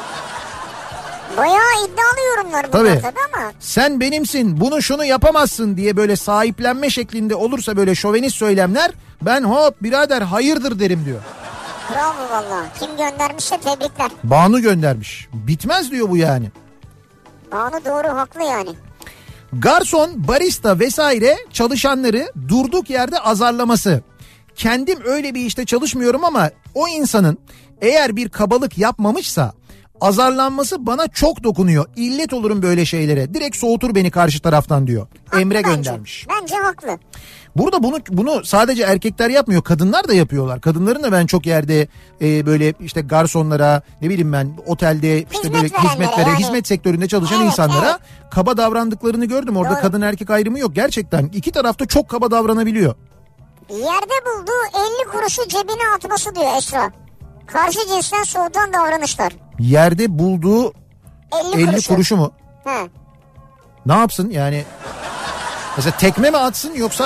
Bayağı iddialı yorumlar bunlar tabii ama. Sen benimsin, bunu şunu yapamazsın diye böyle sahiplenme şeklinde olursa, böyle şovenist söylemler, ben hop birader hayırdır derim diyor. Bravo valla. Kim göndermişse tebrikler. Banu göndermiş. Bitmez diyor bu yani. Banu doğru, haklı yani. Garson, barista vesaire çalışanları durduk yerde azarlaması. Kendim öyle bir işte çalışmıyorum ama o insanın eğer bir kabalık yapmamışsa azarlanması bana çok dokunuyor. İllet olurum böyle şeylere. Direkt soğutur beni karşı taraftan diyor. Haklı Emre bence. göndermiş. Bence haklı. Burada bunu sadece erkekler yapmıyor, kadınlar da yapıyorlar. Kadınların da ben çok yerde böyle işte garsonlara, ne bileyim ben otelde işte Hizmet böyle verenlere hizmetlere, yani. hizmet sektöründe çalışan Evet, insanlara evet. kaba davrandıklarını gördüm. Orada Doğru. kadın erkek ayrımı yok gerçekten. İki tarafta çok kaba davranabiliyor. Yerde bulduğu 50 kuruşu cebine atması diyor Esra. Karşı cinsten soğutan davranışlar. Yerde bulduğu 50 kuruşu mu? He. Ne yapsın yani? Mesela tekme mi atsın yoksa...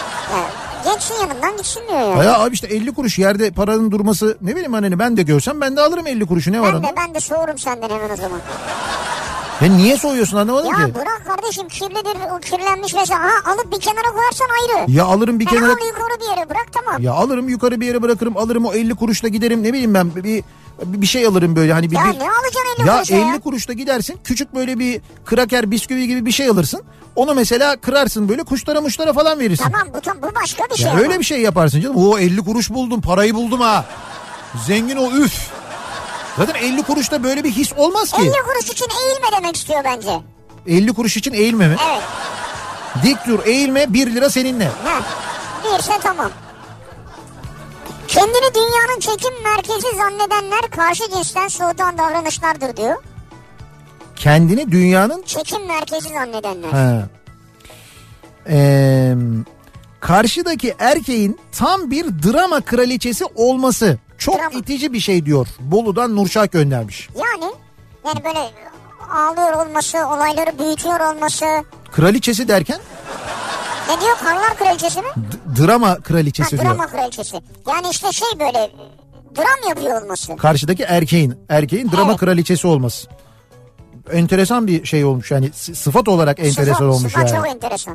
Ya, geçsin yanından gitsin diyor ya. Ya abi işte 50 kuruş yerde paranın durması, ne bileyim hani, ben de görsem ben de alırım 50 kuruşu, ne var onda? Ben de soğurum senden hemen o zaman. Ya niye soğuyorsun, anlamadım Ya ki. bırak kardeşim, kirlidir, o kirlenmiş mesela. Alıp bir kenara koyarsan ayrı. Ya alırım bir kenara... Al yukarı bir yere bırak, tamam. Ya alırım yukarı bir yere bırakırım, alırım o 50 kuruşla giderim, ne bileyim ben bir şey alırım böyle hani bir... Ya ne alacaksın 50 ya kuruşa 50 ya? kuruşla gidersin, küçük böyle bir kraker bisküvi gibi bir şey alırsın. Onu mesela kırarsın böyle, kuşlara muşlara falan verirsin. Tamam, bu başka bir şey Ya ama. öyle bir şey yaparsın canım. O 50 kuruş buldum, parayı buldum ha. Zengin o, üf. Zaten 50 kuruşta böyle bir his olmaz ki. 50 kuruş için eğilme demek istiyor bence. 50 kuruş için eğilme mi? Evet. Dik dur, eğilme, 1 lira seninle. Ha, birse tamam. Kendini dünyanın çekim merkezi zannedenler karşı cinsten soğutan davranışlardır diyor. Kendini dünyanın... Çekim merkezi zannedenler. Ha. Karşıdaki erkeğin tam bir drama kraliçesi olması çok Drama. itici bir şey diyor. Bolu'dan Nurşah göndermiş. Yani böyle ağlıyor olması, olayları büyütüyor olması. Kraliçesi derken? Ne diyor, Karlar Kraliçesi mi? Drama kraliçesi diyor. Drama kraliçesi. Yani işte böyle dram yapıyor olması. Karşıdaki erkeğin drama Evet. kraliçesi olması. Enteresan bir şey olmuş yani, sıfat olarak enteresan olmuş sıfat yani. çok enteresan.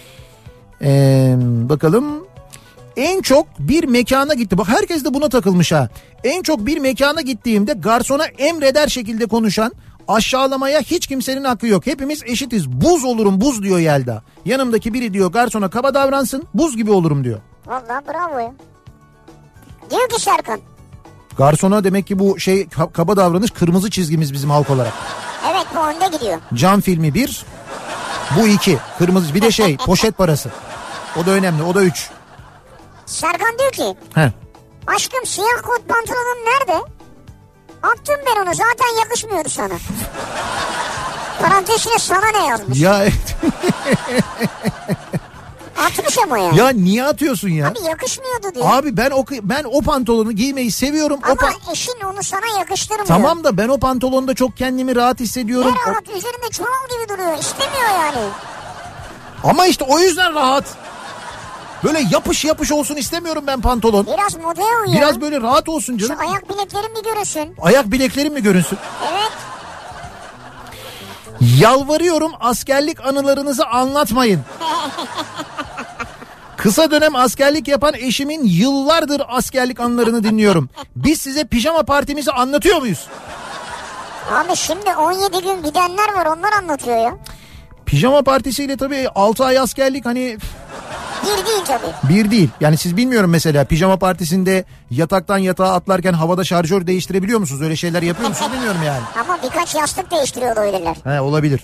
Bakalım. En çok bir mekana gitti. Bak herkes de buna takılmış ha. En çok bir mekana gittiğimde garsona emreder şekilde konuşan, aşağılamaya hiç kimsenin hakkı yok. Hepimiz eşitiz. Buz olurum buz diyor Yelda. Yanımdaki biri diyor garsona kaba davransın, buz gibi olurum diyor. Vallahi bravo ya. Diyor ki Serkan. Garsona demek ki bu kaba davranış kırmızı çizgimiz bizim halk olarak. Evet, bu önde gidiyor. Cam filmi 1, bu 2. Kırmızı, bir de poşet parası. O da önemli, o da 3. Serkan diyor ki. He. Aşkım, siyah kot pantolonun nerede? Attım ben onu, zaten yakışmıyordu sana. Parantezine sana ne yazmış? Ya evet. Atmış ama yani. Ya niye atıyorsun ya? Abi yakışmıyordu diyor. Abi ben o pantolonu giymeyi seviyorum. Ama eşin onu sana yakıştırmıyor. Tamam da ben o pantolonda çok kendimi rahat hissediyorum. Ne rahat, üzerinde çuval gibi duruyor. İstemiyor yani. Ama işte o yüzden rahat. Böyle yapış yapış olsun istemiyorum ben pantolon. Biraz modaya uyuyor. Biraz böyle rahat olsun canım. Şu ayak bileklerim bir görünsün. Ayak bileklerim mi görünsün? Evet. Yalvarıyorum, askerlik anılarınızı anlatmayın. Kısa dönem askerlik yapan eşimin yıllardır askerlik anılarını dinliyorum. Biz size pijama partimizi anlatıyor muyuz? Abi şimdi 17 gün gidenler var, onlar anlatıyor ya. Pijama partisiyle tabii 6 ay askerlik hani... Bir değil tabii. Bir değil. Yani siz bilmiyorum mesela pijama partisinde yataktan yatağa atlarken havada şarjör değiştirebiliyor musunuz? Öyle şeyler yapıyor musunuz bilmiyorum yani. Ama birkaç yastık değiştiriyor olabilirler. He, olabilir.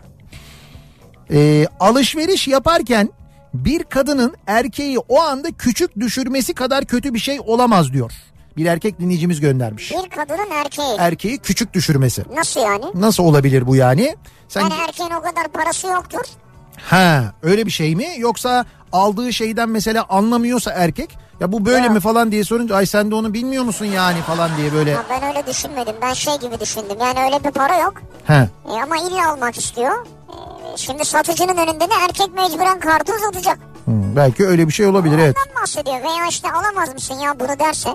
Alışveriş yaparken bir kadının erkeği o anda küçük düşürmesi kadar kötü bir şey olamaz diyor. Bir erkek dinleyicimiz göndermiş. Bir kadının erkeği. Erkeği küçük düşürmesi. Nasıl yani? Nasıl olabilir bu yani? Yani erkeğin o kadar parası yoktur. Ha, öyle bir şey mi? Yoksa aldığı şeyden mesela anlamıyorsa erkek, ya bu böyle mi falan diye sorunca ay sen de onu bilmiyor musun yani falan diye böyle. Ha, ben öyle düşünmedim. Ben şey gibi düşündüm. Yani öyle bir para yok. He. Ama illa almak istiyor. Şimdi satıcının önünde de erkek mecburen kartı uzatacak. Belki öyle bir şey olabilir, evet. Ondan bahsediyor. Veya işte alamaz mısın ya bunu derse.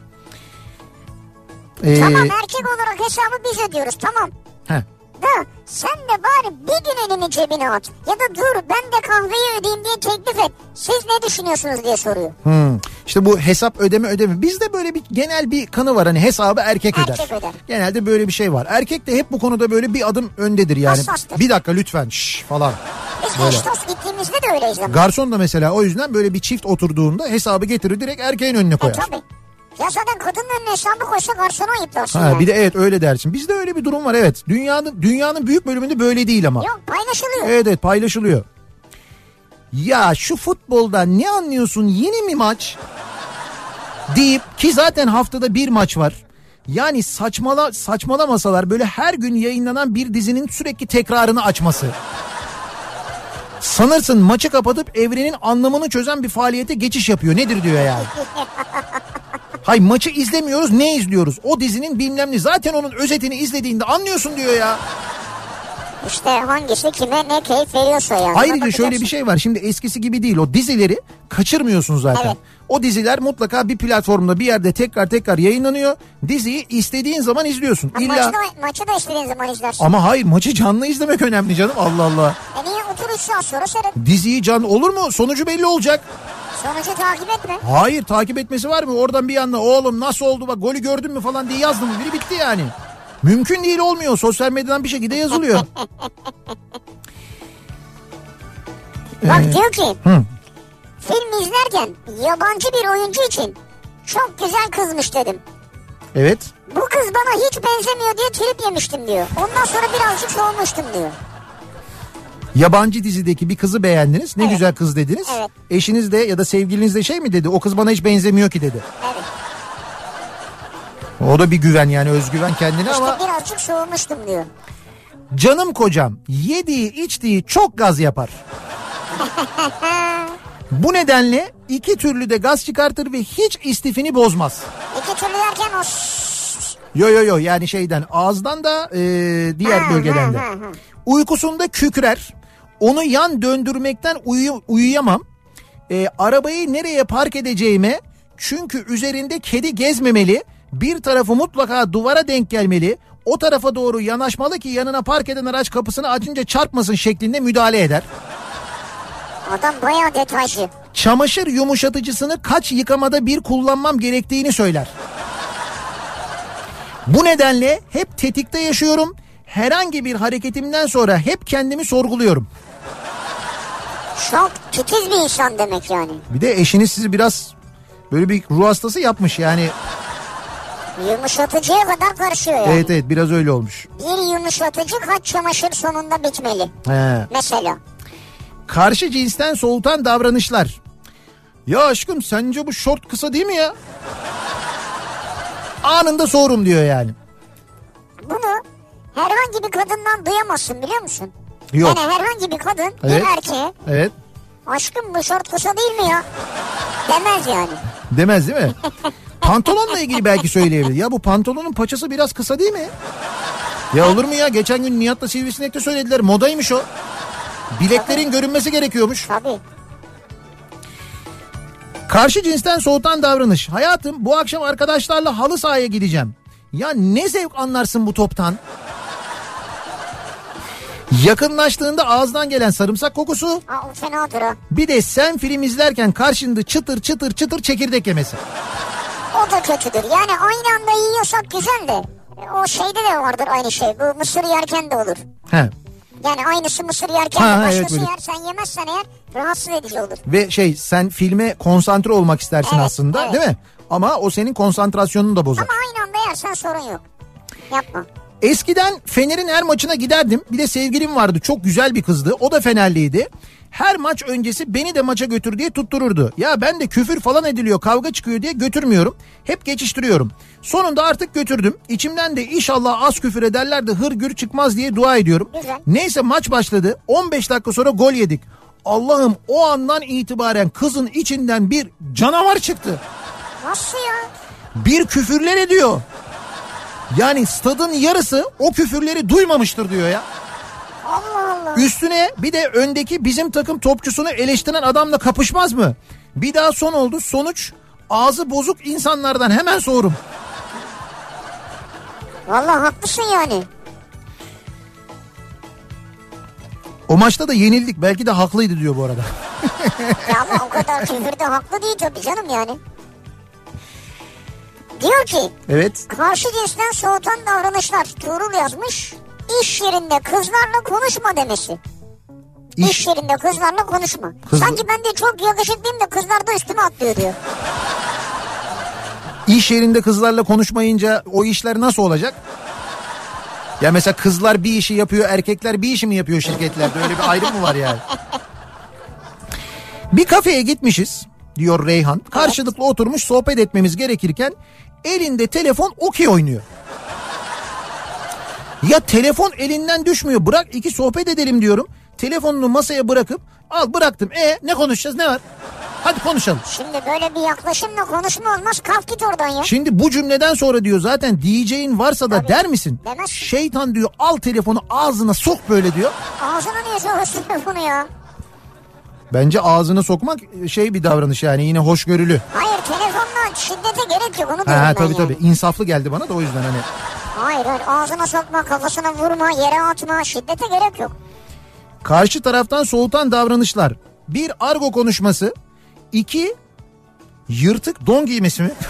Tamam, erkek olarak hesabı biz ödüyoruz, tamam. He. Da sen de bari bir gün elini cebine at. Ya da dur ben de kahveyi ödeyeyim diye teklif et. Siz ne düşünüyorsunuz diye soruyor. İşte bu hesap ödeme. Bizde böyle bir genel bir kanı var, hani hesabı erkek öder. Erkek öder. Genelde böyle bir şey var. Erkek de hep bu konuda böyle bir adım öndedir yani. Hassastır. Bir dakika lütfen şş falan. Biz eş dost gittiğimizde de öyleyiz ama. Garson da mesela o yüzden böyle bir çift oturduğunda hesabı getirir direkt erkeğin önüne koyar. Tabii. Ya zaten kadının önüne hesabı koysa garsona ayıplarsın Ha, yani. bir de evet öyle dersin. Bizde öyle bir durum var, evet. Dünyanın büyük bölümünde böyle değil ama. Yok, paylaşılıyor. Evet paylaşılıyor. Ya şu futbolda ne anlıyorsun, yeni mi maç? Deyip, ki zaten haftada bir maç var. Yani saçmalamasalar böyle her gün yayınlanan bir dizinin sürekli tekrarını açması. Sanırsın maçı kapatıp evrenin anlamını çözen bir faaliyete geçiş yapıyor. Nedir diyor yani. Hay maçı izlemiyoruz, ne izliyoruz? O dizinin bilmem ne, zaten onun özetini izlediğinde anlıyorsun diyor ya. İşte hangisi kime ne keyif veriyorsa yani. Ayrıca şöyle bir şey var, şimdi eskisi gibi değil, o dizileri kaçırmıyorsun zaten. Evet. O diziler mutlaka bir platformda bir yerde tekrar yayınlanıyor. Diziyi istediğin zaman izliyorsun. Maçı da istediğin zaman izlersin. Ama hayır, maçı canlı izlemek önemli canım, Allah Allah. Niye otur 3 saat sonra seyret. Diziyi canlı olur mu? Sonucu belli olacak. Sonucu takip etme. Hayır, takip etmesi var mı? Oradan bir anda oğlum nasıl oldu bak golü gördün mü falan diye yazdı mı biri, bitti yani. Mümkün değil, olmuyor. Sosyal medyadan bir şekilde yazılıyor. Bak diyor ki film izlerken yabancı bir oyuncu için çok güzel kızmış dedim. Evet. Bu kız bana hiç benzemiyor diye trip yemiştim diyor. Ondan sonra birazcık soğumuştum diyor. Yabancı dizideki bir kızı beğendiniz. Ne güzel kız dediniz. Evet. Eşiniz de ya da sevgiliniz de şey mi dedi? O kız bana hiç benzemiyor ki dedi. Evet. O da bir güven yani, özgüven kendine İşte ama. birazcık soğumuştum diyor. Canım kocam yediği içtiği çok gaz yapar. Bu nedenle 2 türlü de gaz çıkartır ve hiç istifini bozmaz. 2 türlü derken o... Yo yani şeyden, ağızdan da diğer bölgeden de. Uykusunda kükrer. Onu yan döndürmekten uyuyamam. Arabayı nereye park edeceğime, çünkü üzerinde kedi gezmemeli. Bir tarafı mutlaka duvara denk gelmeli. O tarafa doğru yanaşmalı ki yanına park eden araç kapısını açınca çarpmasın şeklinde müdahale eder. Adam bayağı detaycı. Çamaşır yumuşatıcısını kaç yıkamada bir kullanmam gerektiğini söyler. Bu nedenle hep tetikte yaşıyorum. Herhangi bir hareketimden sonra hep kendimi sorguluyorum. Çok titiz bir insan demek yani. Bir de eşiniz sizi biraz böyle bir ruh hastası yapmış yani. Yumuşatıcıya kadar karışıyor yani. Evet biraz öyle olmuş. Bir yumuşatıcı kaç çamaşır sonunda bitmeli. He. Mesela. Karşı cinsten soğutan davranışlar. Ya aşkım sence bu şort kısa değil mi ya? Anında soğurum diyor yani. Bunu herhangi bir kadından duyamazsın biliyor musun? Yok. Yani herhangi bir kadın Evet. bir erkeğe Evet. Aşkım bu şort kısa değil mi ya? Demez yani. Demez değil mi? Pantolonla ilgili belki söyleyebilir. Ya bu pantolonun paçası biraz kısa değil mi? Ya olur mu ya? Geçen gün Nihat'la Sivrisinek'te söylediler. Modaymış o. Bileklerin görünmesi gerekiyormuş. Tabii. Karşı cinsten soğutan davranış. Hayatım bu akşam arkadaşlarla halı sahaya gideceğim. Ya ne zevk anlarsın bu toptan. Yakınlaştığında ağızdan gelen sarımsak kokusu. O fenadır ha. Bir de sen film izlerken karşında çıtır çıtır çıtır çekirdek yemesi. O da kötüdür. Yani aynı anda yiyorsak güzel de. O şeyde de vardır aynı şey. Bu mısır yerken de olur. He. Yani aynısı mısır yerken de başkası yer, sen yemezsen eğer rahatsız edici olur. Ve sen filme konsantre olmak istersin aslında, evet. Değil mi? Ama o senin konsantrasyonunu da bozar. Ama aynı anda yersen sorun yok. Yapma. Eskiden Fener'in her maçına giderdim. Bir de sevgilim vardı, çok güzel bir kızdı. O da Fenerliydi. Her maç öncesi beni de maça götür diye tuttururdu. Ya ben de küfür falan ediliyor, kavga çıkıyor diye götürmüyorum. Hep geçiştiriyorum. Sonunda artık götürdüm. İçimden de inşallah az küfür ederler de hırgür çıkmaz diye dua ediyorum. Güzel. Neyse maç başladı. 15 dakika sonra gol yedik. Allah'ım o andan itibaren kızın içinden bir canavar çıktı. Nasıl ya? Bir küfürler ediyor. Yani stadın yarısı o küfürleri duymamıştır diyor ya. Allah Allah. Üstüne bir de öndeki bizim takım topçusunu eleştiren adamla kapışmaz mı? Bir daha son oldu. Sonuç ağzı bozuk insanlardan hemen soğurum. Vallahi haklısın yani. O maçta da yenildik. Belki de haklıydı diyor bu arada. Ya ama o kadar küfürde haklı değil tabii canım yani. Diyor ki. Evet. Karşı cinsten soğutan davranışlar. Tuğrul yazmış. İş yerinde kızlarla konuşma demesi. İş yerinde kızlarla konuşma. Sanki ben de çok yakışıklıyım da kızlar da üstüme atlıyor diyor. İş yerinde kızlarla konuşmayınca o işler nasıl olacak? Ya mesela kızlar bir işi yapıyor, erkekler bir işi mi yapıyor şirketlerde? Öyle bir ayrım mı var yani? Bir kafeye gitmişiz diyor Reyhan. Karşılıklı oturmuş sohbet etmemiz gerekirken elinde telefon okey oynuyor. Ya telefon elinden düşmüyor. Bırak iki sohbet edelim diyorum. Telefonunu masaya bırakıp al bıraktım. Ne konuşacağız, ne var? Hadi konuşalım. Şimdi böyle bir yaklaşımla konuşma olmaz. Kalk git oradan ya. Şimdi bu cümleden sonra diyor zaten diyeceğin varsa da tabii der misin? Demez. Şeytan diyor al telefonu ağzına sok böyle diyor. Ağzına niye sokuyorsun telefonu ya? Bence ağzına sokmak bir davranış yani, yine hoşgörülü. Hayır, telefonla şiddete gerek yok, onu diyorum ben tabii yani. tabii insaflı geldi bana da o yüzden hani. Hayır ağzına sokma, kafasına vurma, yere atma, şiddete gerek yok. Karşı taraftan soğutan davranışlar. 1 argo konuşması. 2 yırtık don giymesi mi?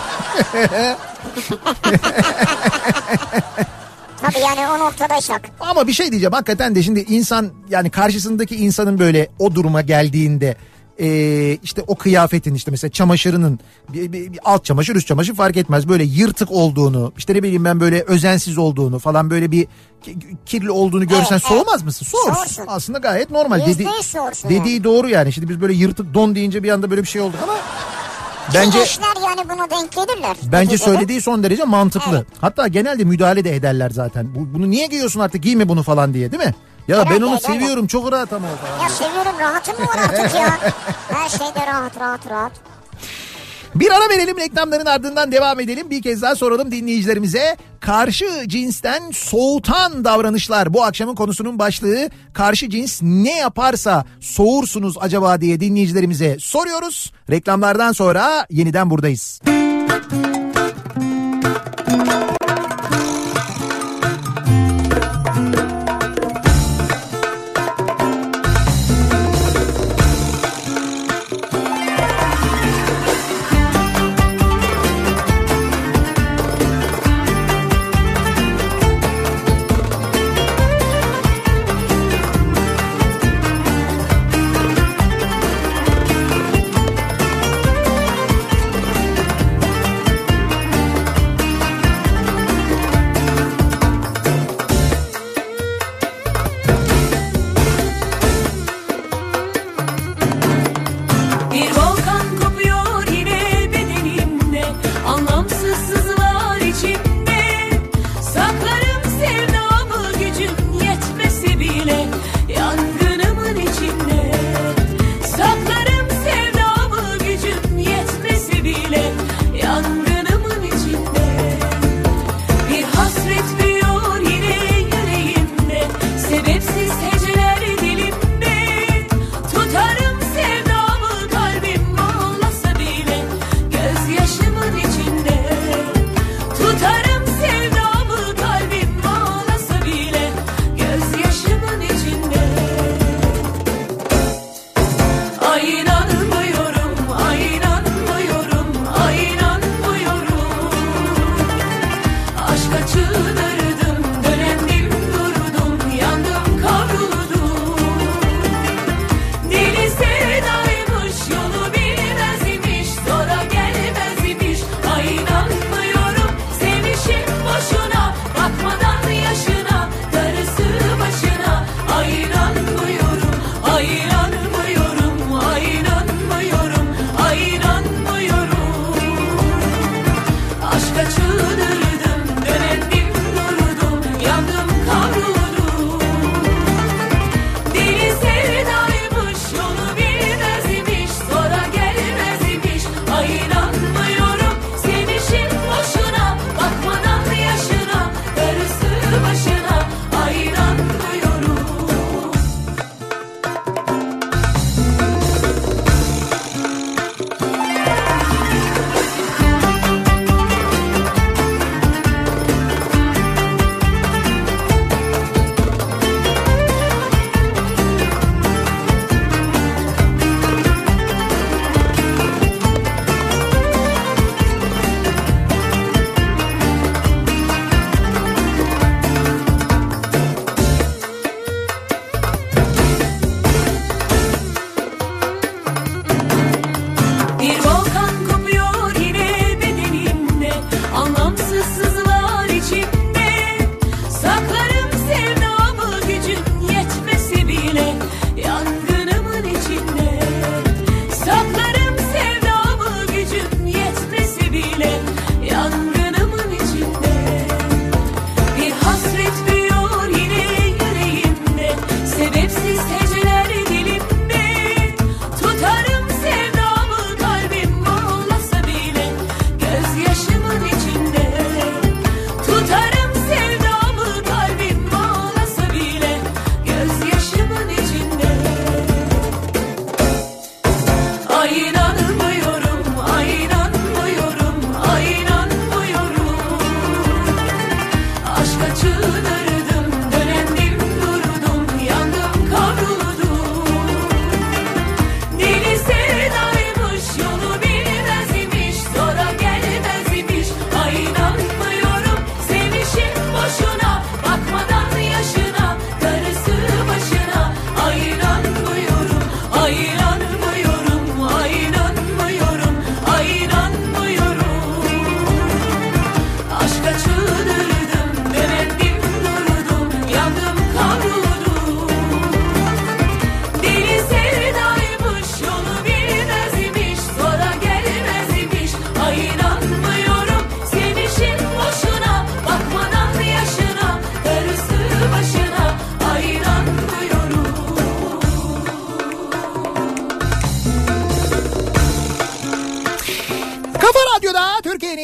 Tabii yani o noktadaysak. Ama bir şey diyeceğim hakikaten de, şimdi insan yani karşısındaki insanın böyle o duruma geldiğinde işte o kıyafetin işte mesela çamaşırının bir alt çamaşır üst çamaşır fark etmez böyle yırtık olduğunu, işte ne bileyim ben böyle özensiz olduğunu falan, böyle bir kirli olduğunu görsen soğumaz mısın? Soğursun. Aslında gayet normal. Dediği doğru yani. Şimdi biz böyle yırtık don deyince bir anda böyle bir şey olduk ama bence eşler yani buna denk gelirler. Bence söylediği son derece mantıklı. Evet. Hatta genelde müdahale de ederler zaten. Bunu niye giyiyorsun artık, giyme bunu falan diye, değil mi? Ya herhalde, ben onu seviyorum, çok rahat ama o falan. Ya seviyorum, rahatım mı var artık ya? Her şeyde rahat. Bir ara verelim, reklamların ardından devam edelim. Bir kez daha soralım dinleyicilerimize. Karşı cinsten soğutan davranışlar. Bu akşamın konusunun başlığı. Karşı cins ne yaparsa soğursunuz acaba diye dinleyicilerimize soruyoruz. Reklamlardan sonra yeniden buradayız.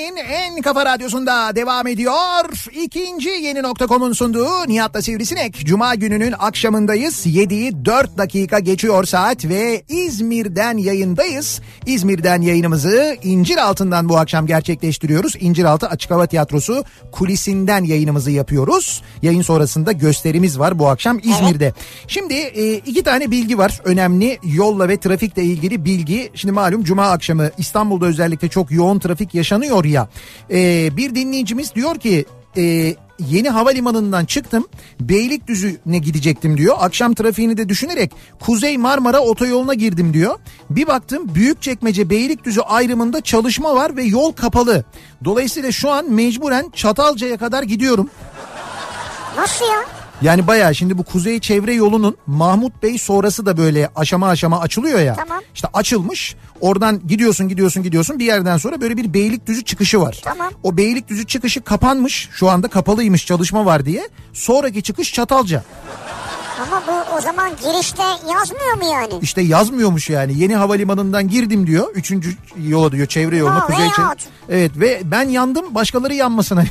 Türkiye'nin en kafa radyosunda devam ediyor. İkinci yeni nokta.com'un sunduğu Nihat'la Sivrisinek. Cuma gününün akşamındayız. 7'yi 4 dakika geçiyor saat ve İzmir'den yayındayız. İzmir'den yayınımızı İnciraltı'ndan bu akşam gerçekleştiriyoruz. İnciraltı Açık Hava Tiyatrosu kulisinden yayınımızı yapıyoruz. Yayın sonrasında gösterimiz var bu akşam İzmir'de. Evet. Şimdi iki tane bilgi var. Önemli yolla ve trafikle ilgili bilgi. Şimdi malum Cuma akşamı İstanbul'da özellikle çok yoğun trafik yaşanıyor ya. Bir dinleyicimiz diyor ki yeni havalimanından çıktım, Beylikdüzü'ne gidecektim diyor. Akşam trafiğini de düşünerek Kuzey Marmara otoyoluna girdim diyor. Bir baktım Büyükçekmece Beylikdüzü ayrımında çalışma var ve yol kapalı. Dolayısıyla şu an mecburen Çatalca'ya kadar gidiyorum. Nasıl ya? Yani bayağı şimdi bu Kuzey Çevre Yolu'nun Mahmut Bey sonrası da böyle aşama aşama açılıyor ya. Tamam. İşte açılmış. Oradan gidiyorsun bir yerden sonra böyle bir Beylikdüzü çıkışı var. Tamam. O Beylikdüzü çıkışı kapanmış. Şu anda kapalıymış, çalışma var diye. Sonraki çıkış Çatalca. Ama bu o zaman girişte yazmıyor mu yani? İşte yazmıyormuş yani. Yeni havalimanından girdim diyor. 3. yola diyor, çevre yoluna. Evet ve ben yandım, başkaları yanmasına.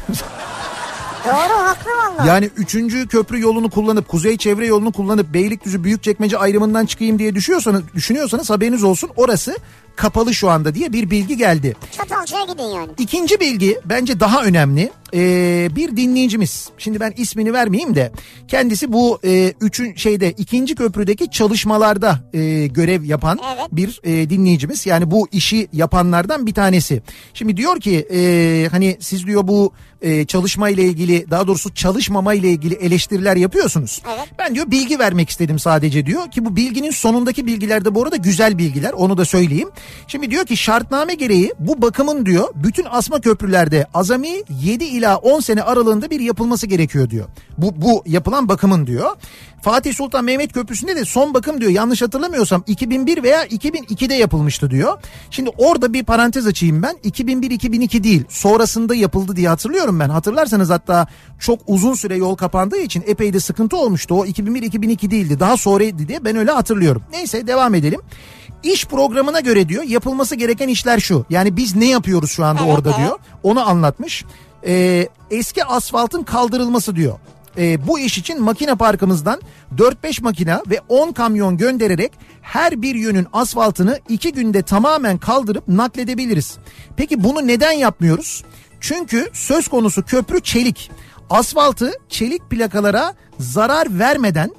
Doğru, haklı valla. Yani 3. köprü yolunu kullanıp, Kuzey Çevre Yolunu kullanıp Beylikdüzü Büyükçekmece ayrımından çıkayım diye düşünüyorsanız haberiniz olsun, orası kapalı şu anda diye bir bilgi geldi. Çatalca'ya gidin yani. İkinci bilgi bence daha önemli. Bir dinleyicimiz, şimdi ben ismini vermeyeyim de, kendisi bu ikinci köprüdeki çalışmalarda görev yapan bir dinleyicimiz. Yani bu işi yapanlardan bir tanesi. Şimdi diyor ki hani siz diyor bu çalışma ile ilgili, daha doğrusu çalışmama ile ilgili eleştiriler yapıyorsunuz. Evet. Ben diyor bilgi vermek istedim sadece diyor ki bu bilginin sonundaki bilgiler de bu arada güzel bilgiler, onu da söyleyeyim. Şimdi diyor ki şartname gereği bu bakımın diyor bütün asma köprülerde azami 7 ila 10 sene aralığında bir yapılması gerekiyor diyor. Bu yapılan bakımın diyor. Fatih Sultan Mehmet Köprüsü'nde de son bakım diyor, yanlış hatırlamıyorsam 2001 veya 2002'de yapılmıştı diyor. Şimdi orada bir parantez açayım ben. 2001-2002 değil, sonrasında yapıldı diye hatırlıyorum ben. Hatırlarsanız hatta çok uzun süre yol kapandığı için epey de sıkıntı olmuştu. O 2001-2002 değildi, daha sonraydı diye ben öyle hatırlıyorum. Neyse devam edelim. İş programına göre diyor yapılması gereken işler şu. Yani biz ne yapıyoruz şu anda orada diyor. Onu anlatmış. Eski asfaltın kaldırılması diyor. Bu iş için makine parkımızdan 4-5 makine ve 10 kamyon göndererek her bir yönün asfaltını 2 günde tamamen kaldırıp nakledebiliriz. Peki bunu neden yapmıyoruz? Çünkü söz konusu köprü çelik. Asfaltı çelik plakalara zarar vermeden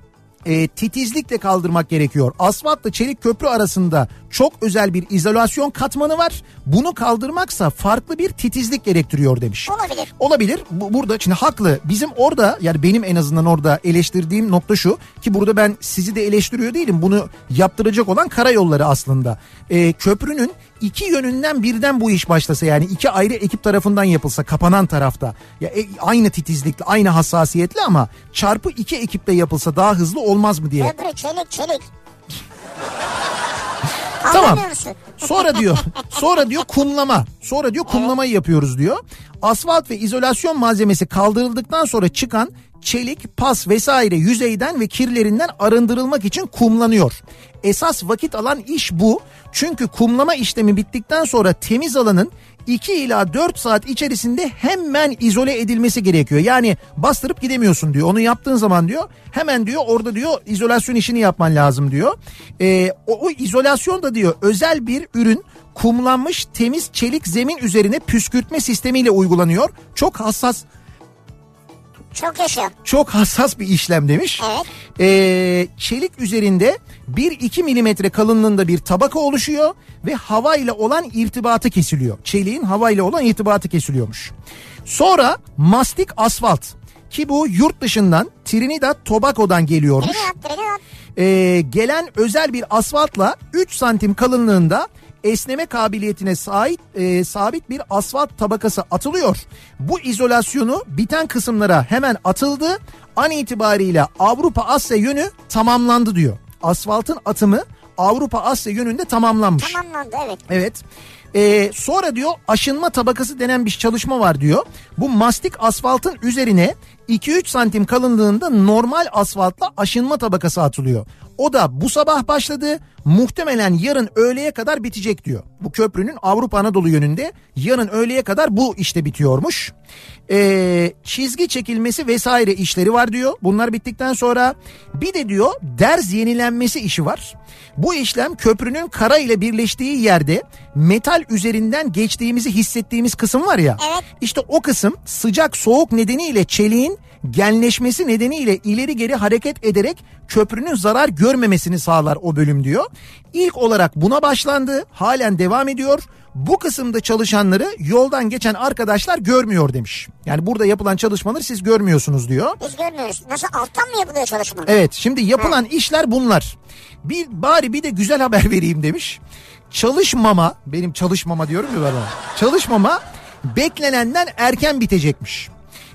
titizlikle kaldırmak gerekiyor. Asfaltla çelik köprü arasında çok özel bir izolasyon katmanı var. Bunu kaldırmaksa farklı bir titizlik gerektiriyor demiş. Olabilir. Burada şimdi haklı. Bizim orada, yani benim en azından orada eleştirdiğim nokta şu ki burada ben sizi de eleştiriyor değilim. Bunu yaptıracak olan karayolları aslında. Köprünün iki yönünden birden bu iş başlasa, yani iki ayrı ekip tarafından yapılsa kapanan tarafta, ya aynı titizlikle, aynı hassasiyetle ama çarpı 2 ekiple yapılsa daha hızlı olmaz mı diye. Köprü çelik. Tamam. Sonra diyor kumlama. Sonra diyor kumlamayı yapıyoruz diyor. Asfalt ve izolasyon malzemesi kaldırıldıktan sonra çıkan çelik, pas vesaire yüzeyden ve kirlerinden arındırılmak için kumlanıyor. Esas vakit alan iş bu. Çünkü kumlama işlemi bittikten sonra temiz alanın 2 ila 4 saat içerisinde hemen izole edilmesi gerekiyor. Yani bastırıp gidemiyorsun diyor. Onu yaptığın zaman diyor hemen diyor orada diyor izolasyon işini yapman lazım diyor. O izolasyon da diyor özel bir ürün, kumlanmış temiz çelik zemin üzerine püskürtme sistemiyle uygulanıyor. Çok hassas. Çok hassas bir işlem demiş. Evet. Çelik üzerinde 1-2 milimetre kalınlığında bir tabaka oluşuyor ve havayla olan irtibatı kesiliyor. Çeliğin havayla olan irtibatı kesiliyormuş. Sonra mastik asfalt, ki bu yurt dışından Trinidad Tobago'dan geliyormuş. Gelen özel bir asfaltla 3 santim kalınlığında esneme kabiliyetine sahip sabit bir asfalt tabakası atılıyor. Bu izolasyonu biten kısımlara hemen atıldı. An itibariyle Avrupa-Asya yönü tamamlandı diyor. Asfaltın atımı Avrupa-Asya yönünde tamamlanmış. Tamamlandı, evet. Evet. Sonra diyor aşınma tabakası denen bir çalışma var diyor. Bu mastik asfaltın üzerine 2-3 santim kalınlığında normal asfaltla aşınma tabakası atılıyor. O da bu sabah başladı. Muhtemelen yarın öğleye kadar bitecek diyor. Bu köprünün Avrupa Anadolu yönünde yarın öğleye kadar bu işte bitiyormuş. Çizgi çekilmesi vesaire işleri var diyor. Bunlar bittikten sonra bir de diyor derz yenilenmesi işi var. Bu işlem köprünün kara ile birleştiği yerde metal üzerinden geçtiğimizi hissettiğimiz kısım var ya. Evet. İşte o kısım sıcak soğuk nedeniyle çeliğin genleşmesi nedeniyle ileri geri hareket ederek köprünün zarar görmemesini sağlar o bölüm diyor. İlk olarak buna başlandı, halen devam ediyor. Bu kısımda çalışanları yoldan geçen arkadaşlar görmüyor demiş. Yani burada yapılan çalışmaları siz görmüyorsunuz diyor. Biz görmüyoruz. Nasıl, alttan mı yapılıyor çalışma? Evet, şimdi yapılan işler bunlar. Bari bir de güzel haber vereyim demiş. Çalışmama, benim çalışmama diyorum ya ben ona. Çalışmama beklenenden erken bitecekmiş.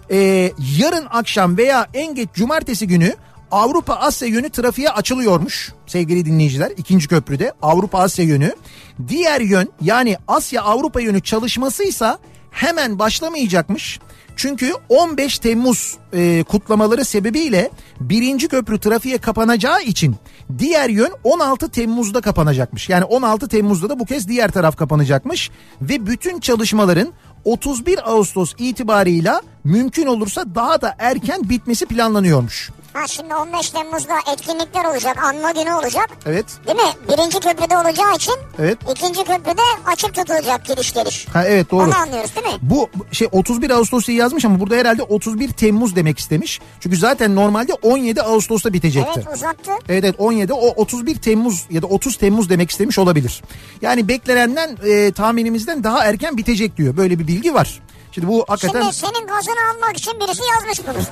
Yarın akşam veya en geç cumartesi günü Avrupa Asya yönü trafiğe açılıyormuş sevgili dinleyiciler. 2. köprüde Avrupa Asya yönü. Diğer yön, yani Asya Avrupa yönü çalışmasıysa hemen başlamayacakmış. Çünkü 15 Temmuz kutlamaları sebebiyle 1. köprü trafiğe kapanacağı için diğer yön 16 Temmuz'da kapanacakmış. Yani 16 Temmuz'da da bu kez diğer taraf kapanacakmış ve bütün çalışmaların 31 Ağustos itibarıyla mümkün olursa daha da erken bitmesi planlanıyormuş. Ha, şimdi 15 Temmuz'da etkinlikler olacak, anma günü olacak. Evet. Değil mi? 1. köprüde olacağı için evet. 2. köprüde açık tutulacak giriş. Ha, evet, doğru. Onu anlıyoruz değil mi? Bu 31 Ağustos'u yazmış ama burada herhalde 31 Temmuz demek istemiş. Çünkü zaten normalde 17 Ağustos'ta bitecekti. Evet, uzattı. Evet 17, o 31 Temmuz ya da 30 Temmuz demek istemiş olabilir. Yani beklenenden tahminimizden daha erken bitecek diyor. Böyle bir bilgi var. Şimdi bu hakikaten... Şimdi senin gazını almak için birisi yazmış bunu.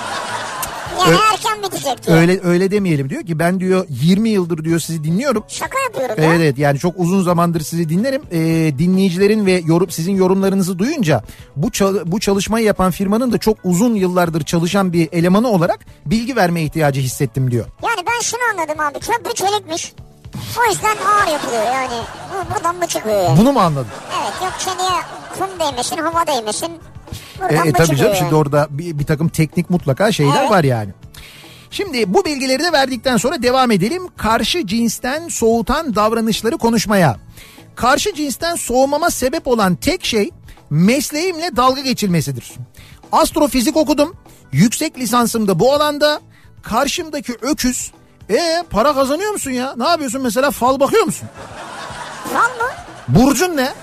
Yani erken bitecek diyor. Öyle demeyelim, diyor ki ben diyor 20 yıldır diyor sizi dinliyorum. Şaka yapıyorum ya. Evet, yani çok uzun zamandır sizi dinlerim. Dinleyicilerin ve sizin yorumlarınızı duyunca bu çalışmayı yapan firmanın da çok uzun yıllardır çalışan bir elemanı olarak bilgi verme ihtiyacı hissettim diyor. Yani ben şunu anladım abi, köprü çelikmiş. O yüzden ağır yapılıyor yani. Buradan mı çıkıyor yani? Bunu mu anladın? Evet, yok çeliğe kum değmesin, hava değmesin. Tabii canım, şimdi orada bir takım teknik mutlaka şeyler var yani. Şimdi bu bilgileri de verdikten sonra devam edelim. Karşı cinsten soğutan davranışları konuşmaya. Karşı cinsten soğumama sebep olan tek şey mesleğimle dalga geçilmesidir. Astrofizik okudum. Yüksek lisansım da bu alanda. Karşımdaki öküz, para kazanıyor musun ya? Ne yapıyorsun mesela, fal bakıyor musun? Fal mı? Burcun ne?